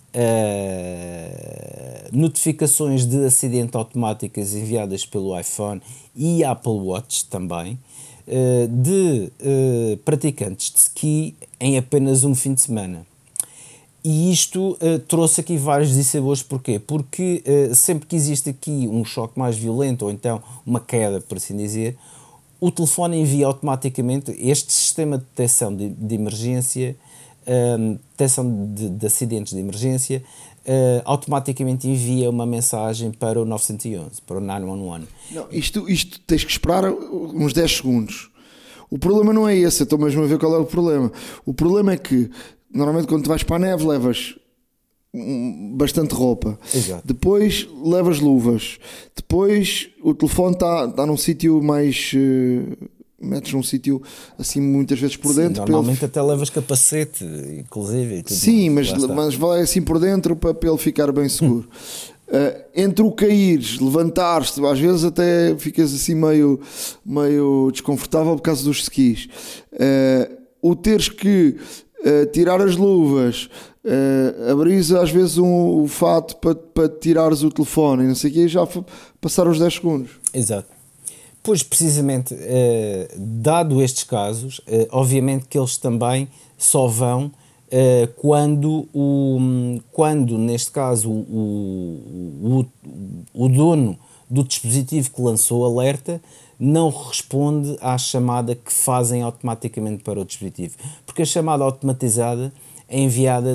notificações de acidente automáticas enviadas pelo iPhone e Apple Watch também, de praticantes de ski em apenas um fim de semana. E isto trouxe aqui vários dissabores. Porquê? Porque sempre que existe aqui um choque mais violento ou então uma queda, por assim dizer, o telefone envia automaticamente este sistema de detecção de emergência, detecção de acidentes de emergência, automaticamente envia uma mensagem para o 911, para o 911. Não, isto tens que esperar uns 10 segundos. O problema não é esse, eu estou mesmo a ver qual é o problema. O problema é que, normalmente quando tu vais para a neve, levas bastante roupa. Exato. Depois levas luvas. Depois o telefone está num sítio mais... metes num sítio assim muitas vezes por dentro. Normalmente até levas capacete, inclusive. E tudo sim, mais. mas vai assim por dentro para ele ficar bem seguro. Entre o caíres, levantar-te, às vezes até ficas assim meio desconfortável por causa dos skis. O teres que tirar as luvas, abris às vezes o fato para tirares o telefone e não sei o quê, já passaram os 10 segundos. Exato. Pois, precisamente, dado estes casos, obviamente que eles também só vão quando, neste caso, o dono do dispositivo que lançou o alerta não responde à chamada que fazem automaticamente para o dispositivo. Porque a chamada automatizada é enviada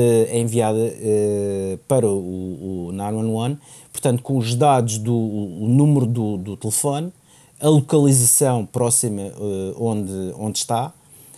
para o 911, portanto, com os dados o número do telefone, a localização próxima onde está,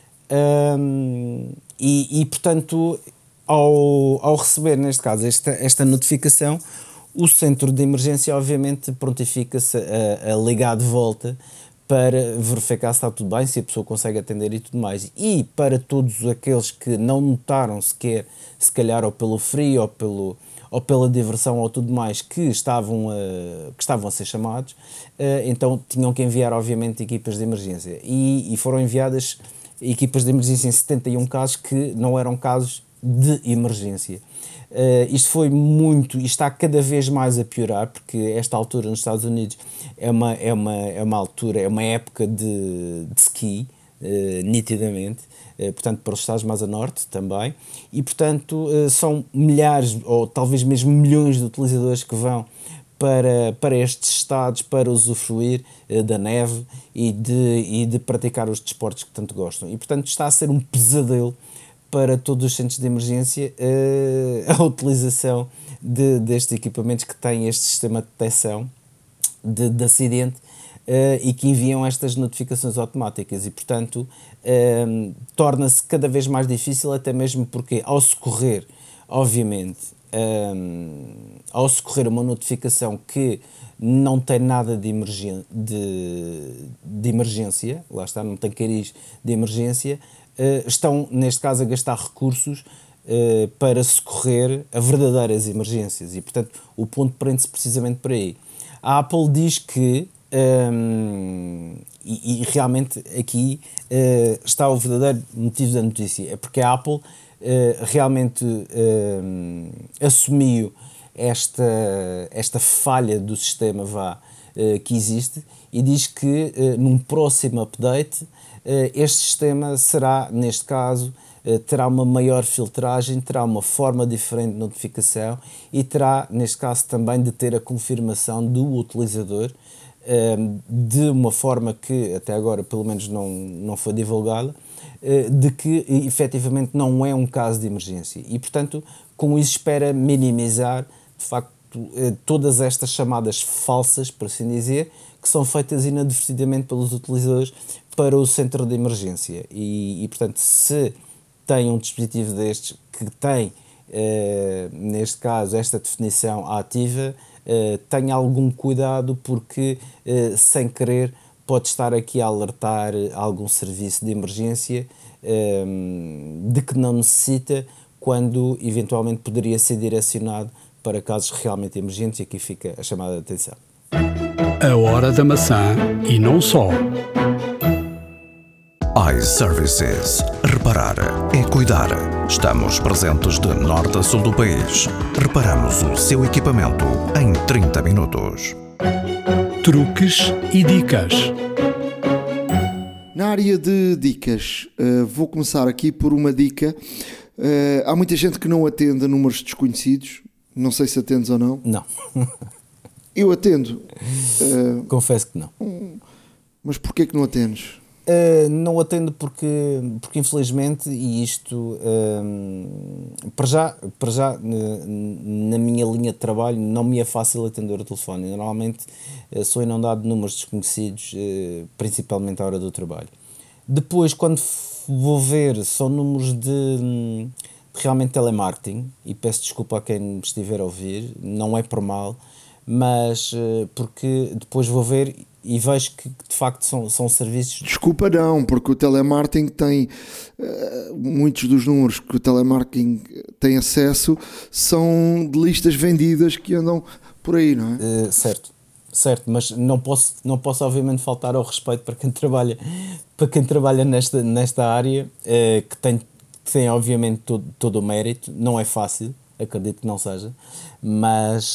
e portanto, ao receber, neste caso, esta notificação, o centro de emergência obviamente prontifica-se a ligar de volta para verificar se está tudo bem, se a pessoa consegue atender e tudo mais. E para todos aqueles que não notaram sequer, se calhar ou pelo frio ou pela diversão ou tudo mais, que estavam a ser chamados, então tinham que enviar obviamente equipas de emergência. E foram enviadas equipas de emergência em 71 casos que não eram casos de emergência. Isto está cada vez mais a piorar, porque esta altura nos Estados Unidos é uma época de ski, nitidamente, portanto para os estados mais a norte também, e portanto são milhares ou talvez mesmo milhões de utilizadores que vão para estes estados para usufruir da neve e de praticar os desportos que tanto gostam. E portanto está a ser um pesadelo para todos os centros de emergência a utilização destes equipamentos que têm este sistema de detecção de acidente e que enviam estas notificações automáticas e, portanto, torna-se cada vez mais difícil, até mesmo porque ao socorrer, obviamente, ao socorrer uma notificação que não tem nada de emergência, lá está, não tem cariz de emergência, estão, neste caso, a gastar recursos para socorrer a verdadeiras emergências e, portanto, o ponto prende-se precisamente por aí. A Apple diz que, e realmente aqui está o verdadeiro motivo da notícia, é porque a Apple realmente assumiu esta falha do sistema que existe e diz que num próximo update este sistema será, neste caso, terá uma maior filtragem, terá uma forma diferente de notificação e terá, neste caso, também de ter a confirmação do utilizador de uma forma que até agora pelo menos não foi divulgada, de que efetivamente não é um caso de emergência e, portanto, com isso espera minimizar, de facto, todas estas chamadas falsas, por assim dizer, que são feitas inadvertidamente pelos utilizadores para o centro de emergência e portanto, se tem um dispositivo destes que tem, neste caso, esta definição ativa, tenha algum cuidado porque, sem querer, pode estar aqui a alertar algum serviço de emergência de que não necessita, quando eventualmente poderia ser direcionado para casos realmente emergentes, e aqui fica a chamada de atenção. A Hora da Maçã e não só. iServices. Reparar é cuidar. Estamos presentes de norte a sul do país. Reparamos o seu equipamento em 30 minutos. Truques e dicas. Na área de dicas, vou começar aqui por uma dica. Há muita gente que não atende a números desconhecidos. Não sei se atendes ou não. Não. Eu atendo. Confesso que não. Mas porquê que não atendes? Não atendo porque infelizmente, e isto para já na minha linha de trabalho não me é fácil atender o telefone. Normalmente sou inundado de números desconhecidos, principalmente à hora do trabalho. Depois, quando vou ver, são números de realmente telemarketing, e peço desculpa a quem me estiver a ouvir, não é por mal, mas porque depois vou ver e vejo que de facto são serviços... Desculpa não, porque o telemarketing tem muitos dos números que o telemarketing tem acesso são de listas vendidas que andam por aí, não é? Certo, mas não posso obviamente faltar ao respeito para quem trabalha nesta área, que tem obviamente todo o mérito. Não é fácil, acredito que não seja, mas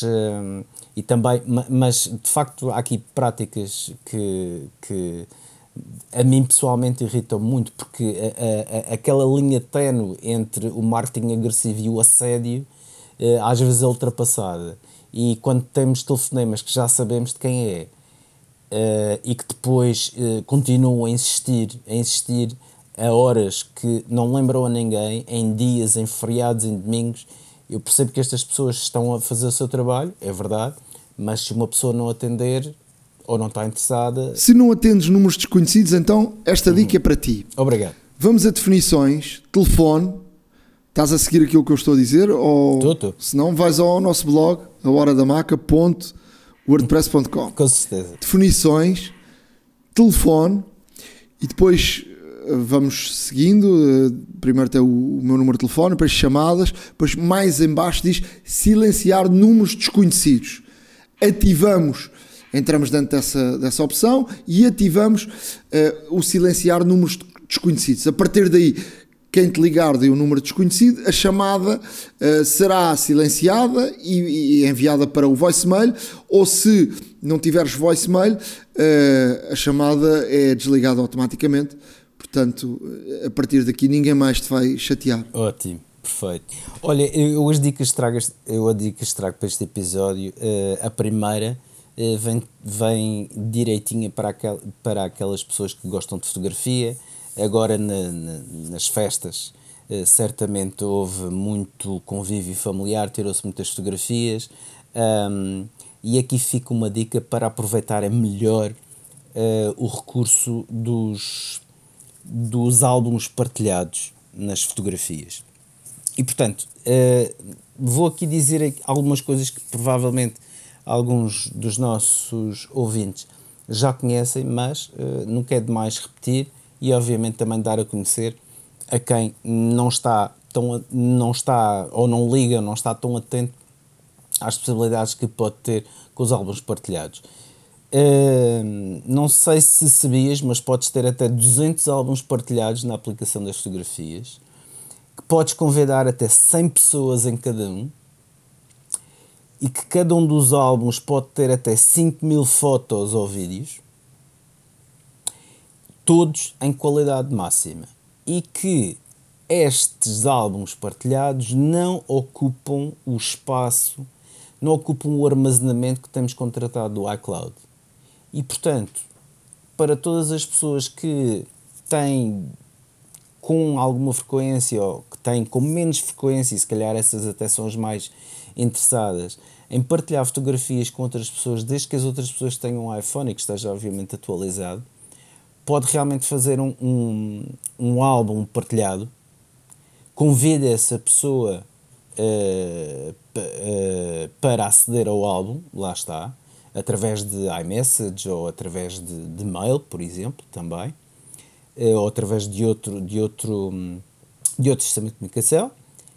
de facto há aqui práticas que a mim pessoalmente irritam muito, porque aquela linha ténue entre o marketing agressivo e o assédio às vezes é ultrapassada, e quando temos telefonemas que já sabemos de quem é e que depois continuam a insistir a horas que não lembram a ninguém, em dias, em feriados, em domingos, eu percebo que estas pessoas estão a fazer o seu trabalho, é verdade, mas se uma pessoa não atender ou não está interessada... Se não atendes números desconhecidos, então esta dica é para ti. Obrigado. Vamos a definições, telefone, estás a seguir aquilo que eu estou a dizer? Ou Tô. Se não, vais ao nosso blog, ahoradamaca.wordpress.com. Com certeza. Definições, telefone, e depois vamos seguindo. Primeiro tem o meu número de telefone, depois chamadas, depois mais em baixo diz silenciar números desconhecidos. Entramos dentro dessa opção e ativamos o silenciar números desconhecidos. A partir daí, quem te ligar de um número desconhecido, a chamada será silenciada e enviada para o voicemail, ou se não tiveres voicemail, a chamada é desligada automaticamente. portanto, a partir daqui ninguém mais te vai chatear. Ótimo, perfeito. Olha, eu as dicas trago para este episódio. A primeira vem direitinha para aquelas pessoas que gostam de fotografia. Agora nas festas certamente houve muito convívio familiar, tirou-se muitas fotografias, e aqui fica uma dica para aproveitarem melhor o recurso dos álbuns partilhados nas fotografias. E portanto, vou aqui dizer algumas coisas que provavelmente alguns dos nossos ouvintes já conhecem, mas nunca é demais repetir e obviamente também dar a conhecer a quem não está ou não liga, não está tão atento às possibilidades que pode ter com os álbuns partilhados. Não sei se sabias, mas podes ter até 200 álbuns partilhados na aplicação das fotografias, que podes convidar até 100 pessoas em cada um, e que cada um dos álbuns pode ter até 5.000 fotos ou vídeos, todos em qualidade máxima, e que estes álbuns partilhados não ocupam o espaço, não ocupam o armazenamento que temos contratado do iCloud. E, portanto, para todas as pessoas que têm com alguma frequência ou que têm com menos frequência, e se calhar essas até são as mais interessadas, em partilhar fotografias com outras pessoas, desde que as outras pessoas tenham um iPhone e que esteja obviamente atualizado, pode realmente fazer um álbum partilhado, convida essa pessoa para aceder ao álbum, lá está, através de iMessage ou através de mail, por exemplo, também, ou através de outro sistema de comunicação,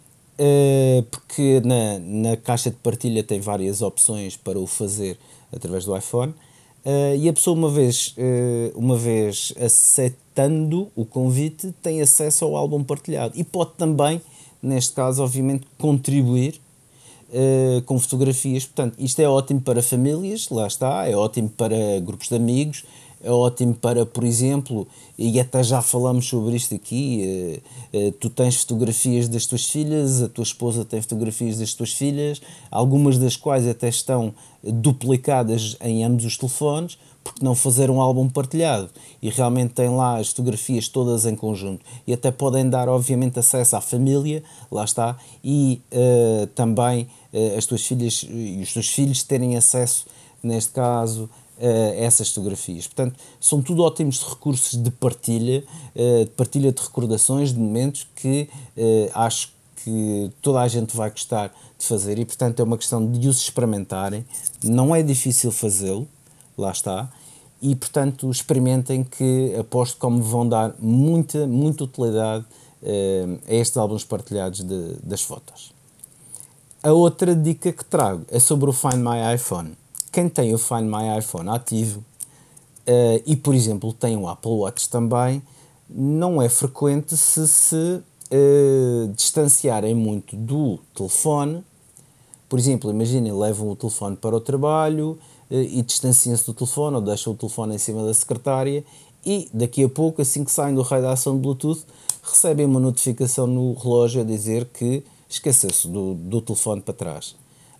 porque na caixa de partilha tem várias opções para o fazer através do iPhone, e a pessoa, uma vez aceitando o convite, tem acesso ao álbum partilhado e pode também, neste caso, obviamente, contribuir com fotografias. Portanto, isto é ótimo para famílias, lá está, é ótimo para grupos de amigos, é ótimo para, por exemplo, e até já falamos sobre isto aqui, tu tens fotografias das tuas filhas, a tua esposa tem fotografias das tuas filhas, algumas das quais até estão duplicadas em ambos os telefones, porque não fazer um álbum partilhado e realmente têm lá as fotografias todas em conjunto e até podem dar obviamente acesso à família, lá está, e também as tuas filhas e os teus filhos terem acesso, neste caso, essas fotografias. Portanto, são tudo ótimos recursos de partilha de recordações, de momentos que acho que toda a gente vai gostar de fazer e, portanto, é uma questão de os experimentarem. Não é difícil fazê-lo, lá está, e, portanto, experimentem, que aposto como vão dar muita utilidade a estes álbuns partilhados das fotos. A outra dica que trago é sobre o Find My iPhone. Quem tem o Find My iPhone ativo e, por exemplo, tem um Apple Watch também, não é frequente se distanciarem muito do telefone. Por exemplo, imaginem, levam o telefone para o trabalho e distanciam-se do telefone ou deixam o telefone em cima da secretária e daqui a pouco, assim que saem do raio de ação de Bluetooth, recebem uma notificação no relógio a dizer que esqueceu-se do telefone para trás.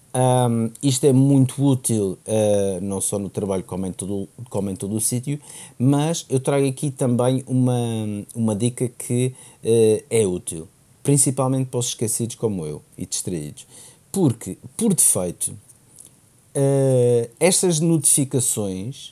Isto é muito útil, não só no trabalho como em todo o sítio, mas eu trago aqui também uma dica que é útil, principalmente para os esquecidos como eu e distraídos, porque, por defeito, estas notificações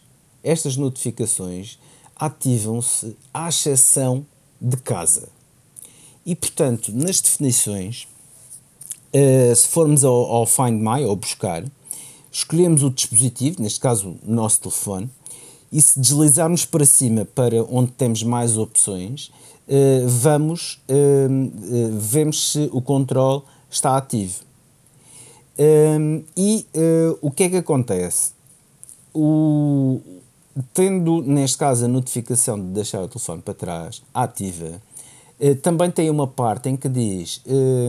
ativam-se à exceção de casa. E, portanto, nas definições, se formos ao Find My, ou buscar, escolhemos o dispositivo, neste caso o nosso telefone, e se deslizarmos para cima para onde temos mais opções, vemos se o controle está ativo. O que é que acontece? Tendo, neste caso, a notificação de deixar o telefone para trás ativa, também tem uma parte em que diz,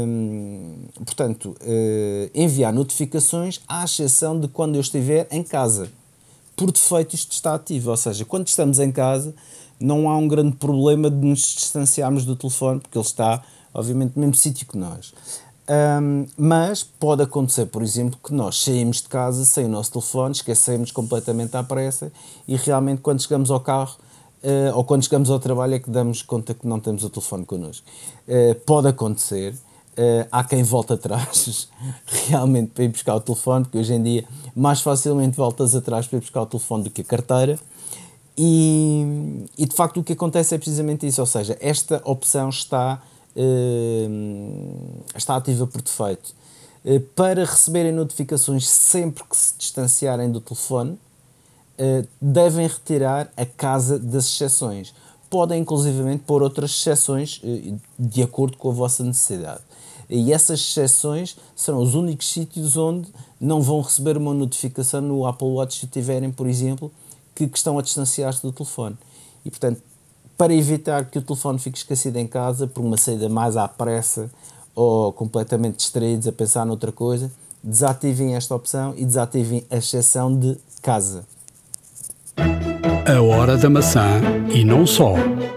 enviar notificações à exceção de quando eu estiver em casa. Por defeito isto está ativo, ou seja, quando estamos em casa não há um grande problema de nos distanciarmos do telefone, porque ele está, obviamente, no mesmo sítio que nós. Mas pode acontecer, por exemplo, que nós saímos de casa sem o nosso telefone, esquecemos completamente à pressa e realmente quando chegamos ao carro ou quando chegamos ao trabalho é que damos conta que não temos o telefone connosco. Pode acontecer, há quem volte atrás realmente para ir buscar o telefone, porque hoje em dia mais facilmente voltas atrás para ir buscar o telefone do que a carteira. E de facto o que acontece é precisamente isso, ou seja, esta opção está ativa por defeito. Para receberem notificações sempre que se distanciarem do telefone, devem retirar a casa das exceções. Podem inclusivamente pôr outras exceções de acordo com a vossa necessidade. E essas exceções serão os únicos sítios onde não vão receber uma notificação no Apple Watch se tiverem, por exemplo, que estão a distanciar-se do telefone. E, portanto, para evitar que o telefone fique esquecido em casa por uma saída mais à pressa ou completamente distraídos a pensar noutra coisa, desativem esta opção e desativem a exceção de casa. A hora da maçã e não só.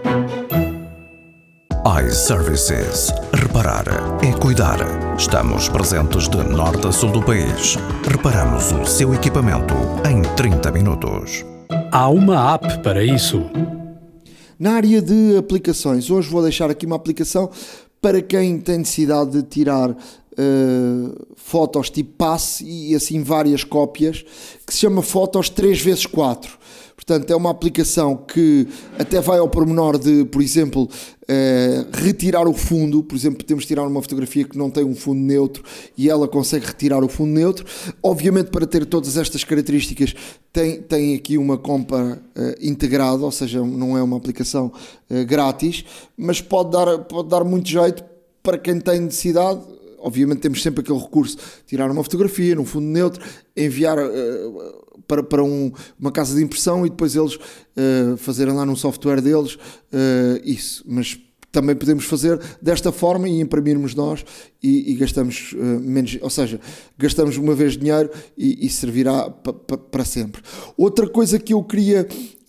iServices. Reparar é cuidar. Estamos presentes de norte a sul do país. Reparamos o seu equipamento em 30 minutos. Há uma app para isso. Na área de aplicações, hoje vou deixar aqui uma aplicação para quem tem necessidade de tirar fotos tipo passe e assim várias cópias, que se chama Fotos 3x4. Portanto, é uma aplicação que até vai ao pormenor de, por exemplo, retirar o fundo. Por exemplo, podemos tirar uma fotografia que não tem um fundo neutro e ela consegue retirar o fundo neutro. Obviamente, para ter todas estas características, tem aqui uma compa integrada, ou seja, não é uma aplicação grátis, mas pode dar muito jeito para quem tem necessidade. Obviamente temos sempre aquele recurso de tirar uma fotografia num fundo neutro, enviar para uma casa de impressão e depois eles fazerem lá num software deles isso. Mas também podemos fazer desta forma e imprimirmos nós e gastamos menos, ou seja, gastamos uma vez dinheiro e servirá para sempre. Outra coisa que eu queria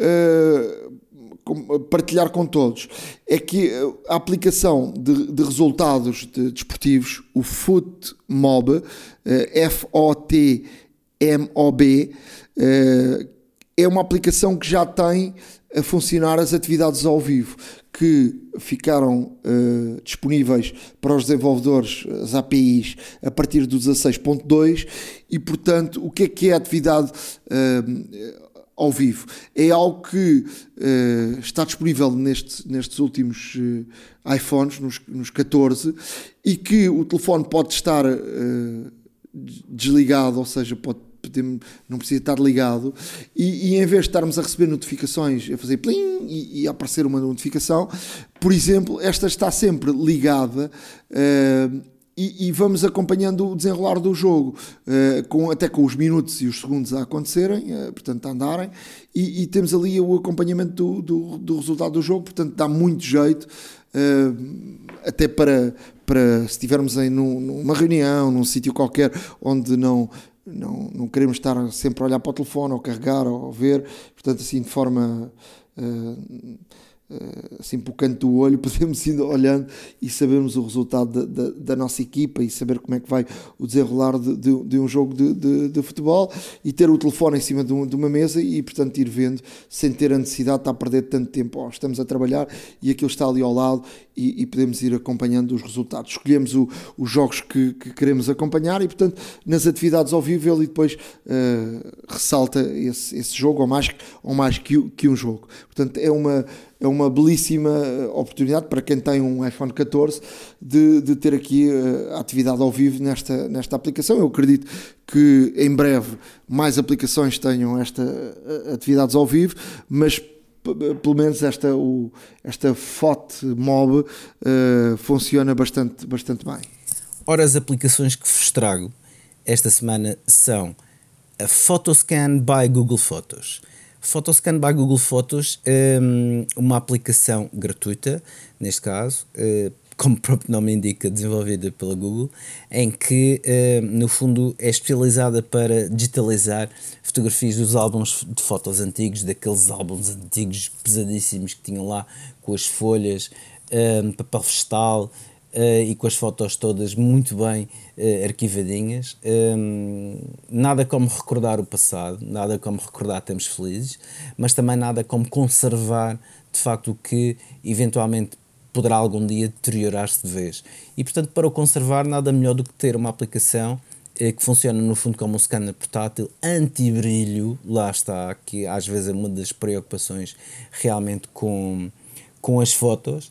partilhar com todos é que a aplicação de resultados desportivos, o FOTMOB, FOTMOB, é uma aplicação que já tem a funcionar as atividades ao vivo, que ficaram disponíveis para os desenvolvedores, as APIs, a partir do 16.2 e, portanto, o que é a atividade ao vivo? É algo que está disponível nestes últimos iPhones, nos 14, e que o telefone pode estar desligado, ou seja, não precisa estar ligado, e em vez de estarmos a receber notificações, a fazer plim e a aparecer uma notificação, por exemplo, esta está sempre ligada e vamos acompanhando o desenrolar do jogo, até com os minutos e os segundos a acontecerem, portanto a andarem, e temos ali o acompanhamento do resultado do jogo. Portanto dá muito jeito, até para se estivermos numa reunião, num sítio qualquer onde não queremos estar sempre a olhar para o telefone ou carregar ou ver, portanto assim de forma assim por canto do olho podemos ir olhando e sabermos o resultado da nossa equipa e saber como é que vai o desenrolar de um jogo de futebol, e ter o telefone em cima de uma mesa e portanto ir vendo sem ter a necessidade de estar a perder tanto tempo. Estamos a trabalhar e aquilo está ali ao lado e podemos ir acompanhando os resultados. Escolhemos os jogos que queremos acompanhar e portanto nas atividades ao vivo ele depois ressalta esse jogo ou mais que um jogo. Portanto é uma belíssima oportunidade para quem tem um iPhone 14 de ter aqui a atividade ao vivo nesta aplicação. Eu acredito que em breve mais aplicações tenham atividades ao vivo, mas pelo menos esta FOTMOB funciona bastante bem. Ora, as aplicações que vos trago esta semana são a Photoscan by Google Photos. Photoscan by Google Photos é uma aplicação gratuita, neste caso, como o próprio nome indica, desenvolvida pela Google, em que, no fundo, é especializada para digitalizar fotografias dos álbuns de fotos antigos, daqueles álbuns antigos pesadíssimos que tinham lá, com as folhas, papel vegetal, e com as fotos todas muito bem arquivadinhas. Nada como recordar o passado, nada como recordar tempos felizes, mas também nada como conservar, de facto, o que eventualmente poderá algum dia deteriorar-se de vez. E, portanto, para o conservar, nada melhor do que ter uma aplicação que funciona, no fundo, como um scanner portátil, anti-brilho, lá está, que às vezes é uma das preocupações realmente com as fotos,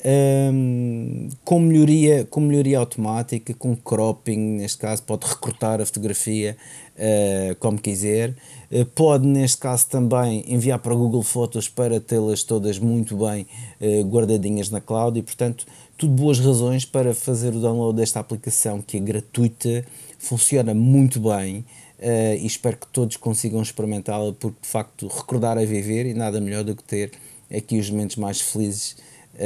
com melhoria automática, com cropping, neste caso, pode recortar a fotografia como quiser, pode, neste caso, também enviar para o Google Fotos para tê-las todas muito bem guardadinhas na cloud e, portanto, tudo boas razões para fazer o download desta aplicação, que é gratuita, funciona muito bem, e espero que todos consigam experimentá-la, porque, de facto, recordar é viver e nada melhor do que ter aqui os momentos mais felizes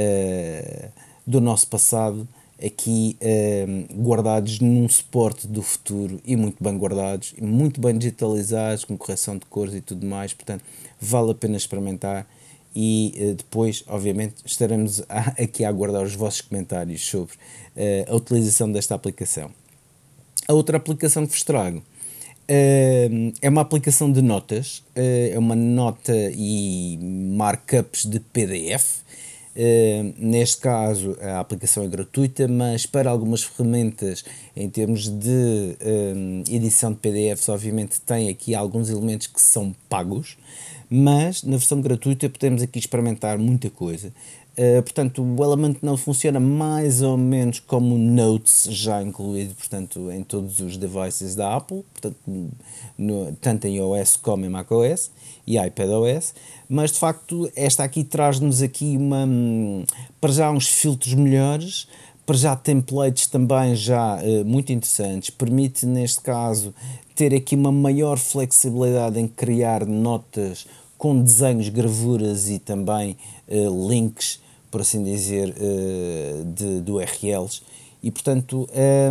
do nosso passado aqui guardados num suporte do futuro e muito bem guardados, e muito bem digitalizados, com correção de cores e tudo mais. Portanto, vale a pena experimentar e depois, obviamente, estaremos aqui a aguardar os vossos comentários sobre a utilização desta aplicação. A outra aplicação que vos trago é uma aplicação de notas, é uma nota e markups de PDF. Neste caso a aplicação é gratuita, mas para algumas ferramentas em termos de edição de PDFs, obviamente tem aqui alguns elementos que são pagos, mas na versão gratuita podemos aqui experimentar muita coisa. Portanto, o Element não funciona mais ou menos como o Notes, já incluído, portanto, em todos os devices da Apple, portanto, tanto em iOS como em macOS e iPadOS, mas de facto esta aqui traz-nos aqui para já uns filtros melhores, para já templates também já muito interessantes, permite neste caso ter aqui uma maior flexibilidade em criar notas com desenhos, gravuras e também links, por assim dizer, de URLs, e portanto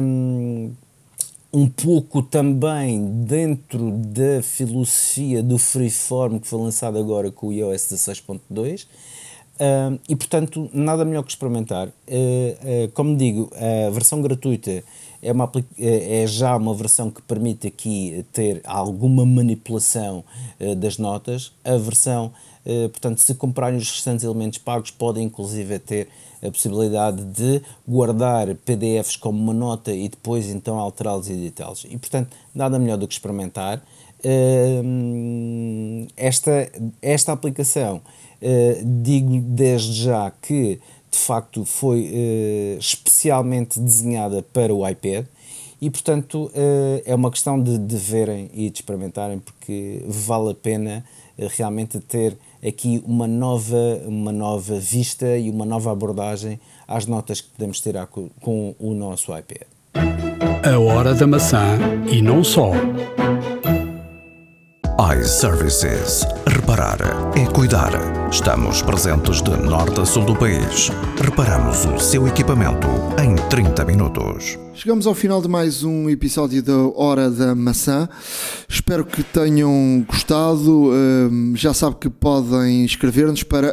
um pouco também dentro da filosofia do Freeform que foi lançado agora com o iOS 16.2, e portanto nada melhor que experimentar. Como digo, a versão gratuita é já uma versão que permite aqui ter alguma manipulação das notas. A versão, portanto, se comprarem os restantes elementos pagos, podem inclusive ter a possibilidade de guardar PDFs como uma nota e depois então alterá-los e editá-los. E portanto, nada melhor do que experimentar. Esta aplicação, digo desde já que de facto foi especialmente desenhada para o iPad e portanto é uma questão de verem e de experimentarem, porque vale a pena realmente ter aqui uma nova vista e uma nova abordagem às notas que podemos ter com o nosso iPad. A hora da maçã e não só. iServices. Reparar é cuidar. Estamos presentes de norte a sul do país. Reparamos o seu equipamento em 30 minutos. Chegamos ao final de mais um episódio da Hora da Maçã. Espero que tenham gostado. Já sabe que podem escrever-nos para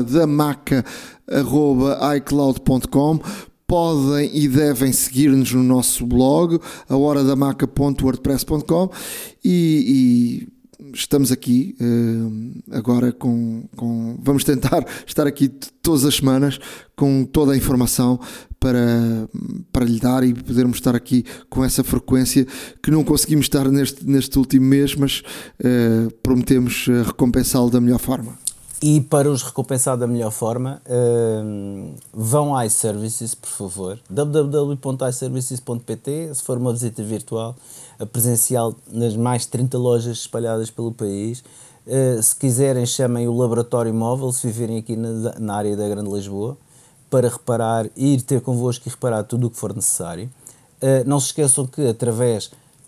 ahoradamaca@icloud.com. Podem e devem seguir-nos no nosso blog, ahoradamaca.wordpress.com, e estamos aqui agora vamos tentar estar aqui todas as semanas com toda a informação para lhe dar, e podermos estar aqui com essa frequência que não conseguimos estar neste último mês, mas prometemos recompensá-lo da melhor forma. E para os recompensar da melhor forma, vão a iServices, por favor, www.iservices.pt, se for uma visita virtual, presencial nas mais de 30 lojas espalhadas pelo país. Se quiserem, chamem o Laboratório Móvel, se viverem aqui na área da Grande Lisboa, para reparar, ir ter convosco e reparar tudo o que for necessário. Não se esqueçam que através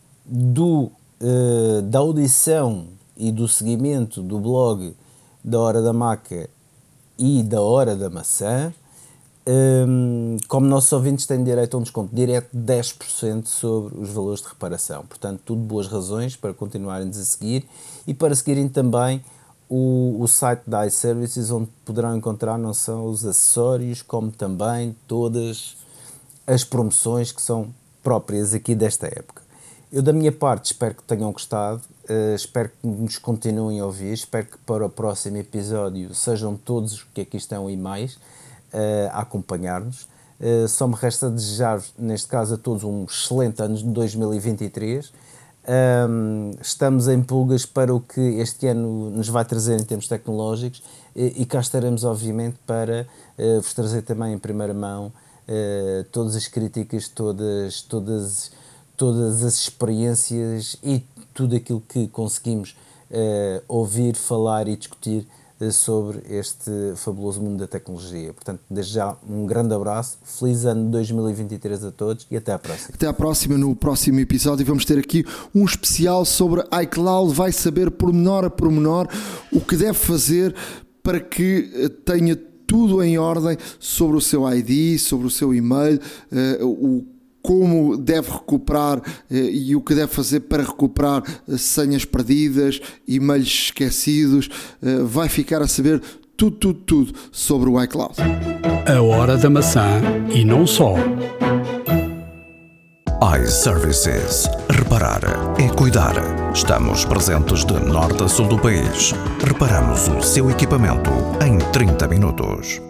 da audição e do seguimento do blog da Hora da Maca e da Hora da Maçã, como nossos ouvintes têm direito a um desconto direto de 10% sobre os valores de reparação. Portanto, tudo boas razões para continuarem-nos a seguir e para seguirem também o site da iServices, onde poderão encontrar não só os acessórios, como também todas as promoções que são próprias aqui desta época. Eu, da minha parte, espero que tenham gostado, espero que nos continuem a ouvir, espero que para o próximo episódio sejam todos os que aqui estão e mais a acompanhar-nos. Só me resta desejar-vos, neste caso a todos, um excelente ano de 2023. Estamos em pulgas para o que este ano nos vai trazer em termos tecnológicos e cá estaremos, obviamente, para vos trazer também em primeira mão todas as críticas, todas as experiências e tudo aquilo que conseguimos ouvir, falar e discutir sobre este fabuloso mundo da tecnologia. Portanto, desde já, um grande abraço, feliz ano de 2023 a todos e até à próxima. Até à próxima. No próximo episódio vamos ter aqui um especial sobre iCloud. Vai saber pormenor a pormenor o que deve fazer para que tenha tudo em ordem sobre o seu ID, sobre o seu e-mail, como deve recuperar e o que deve fazer para recuperar senhas perdidas, e-mails esquecidos. Vai ficar a saber tudo sobre o iCloud. A hora da maçã e não só. iServices. Reparar é cuidar. Estamos presentes de norte a sul do país. Reparamos o seu equipamento em 30 minutos.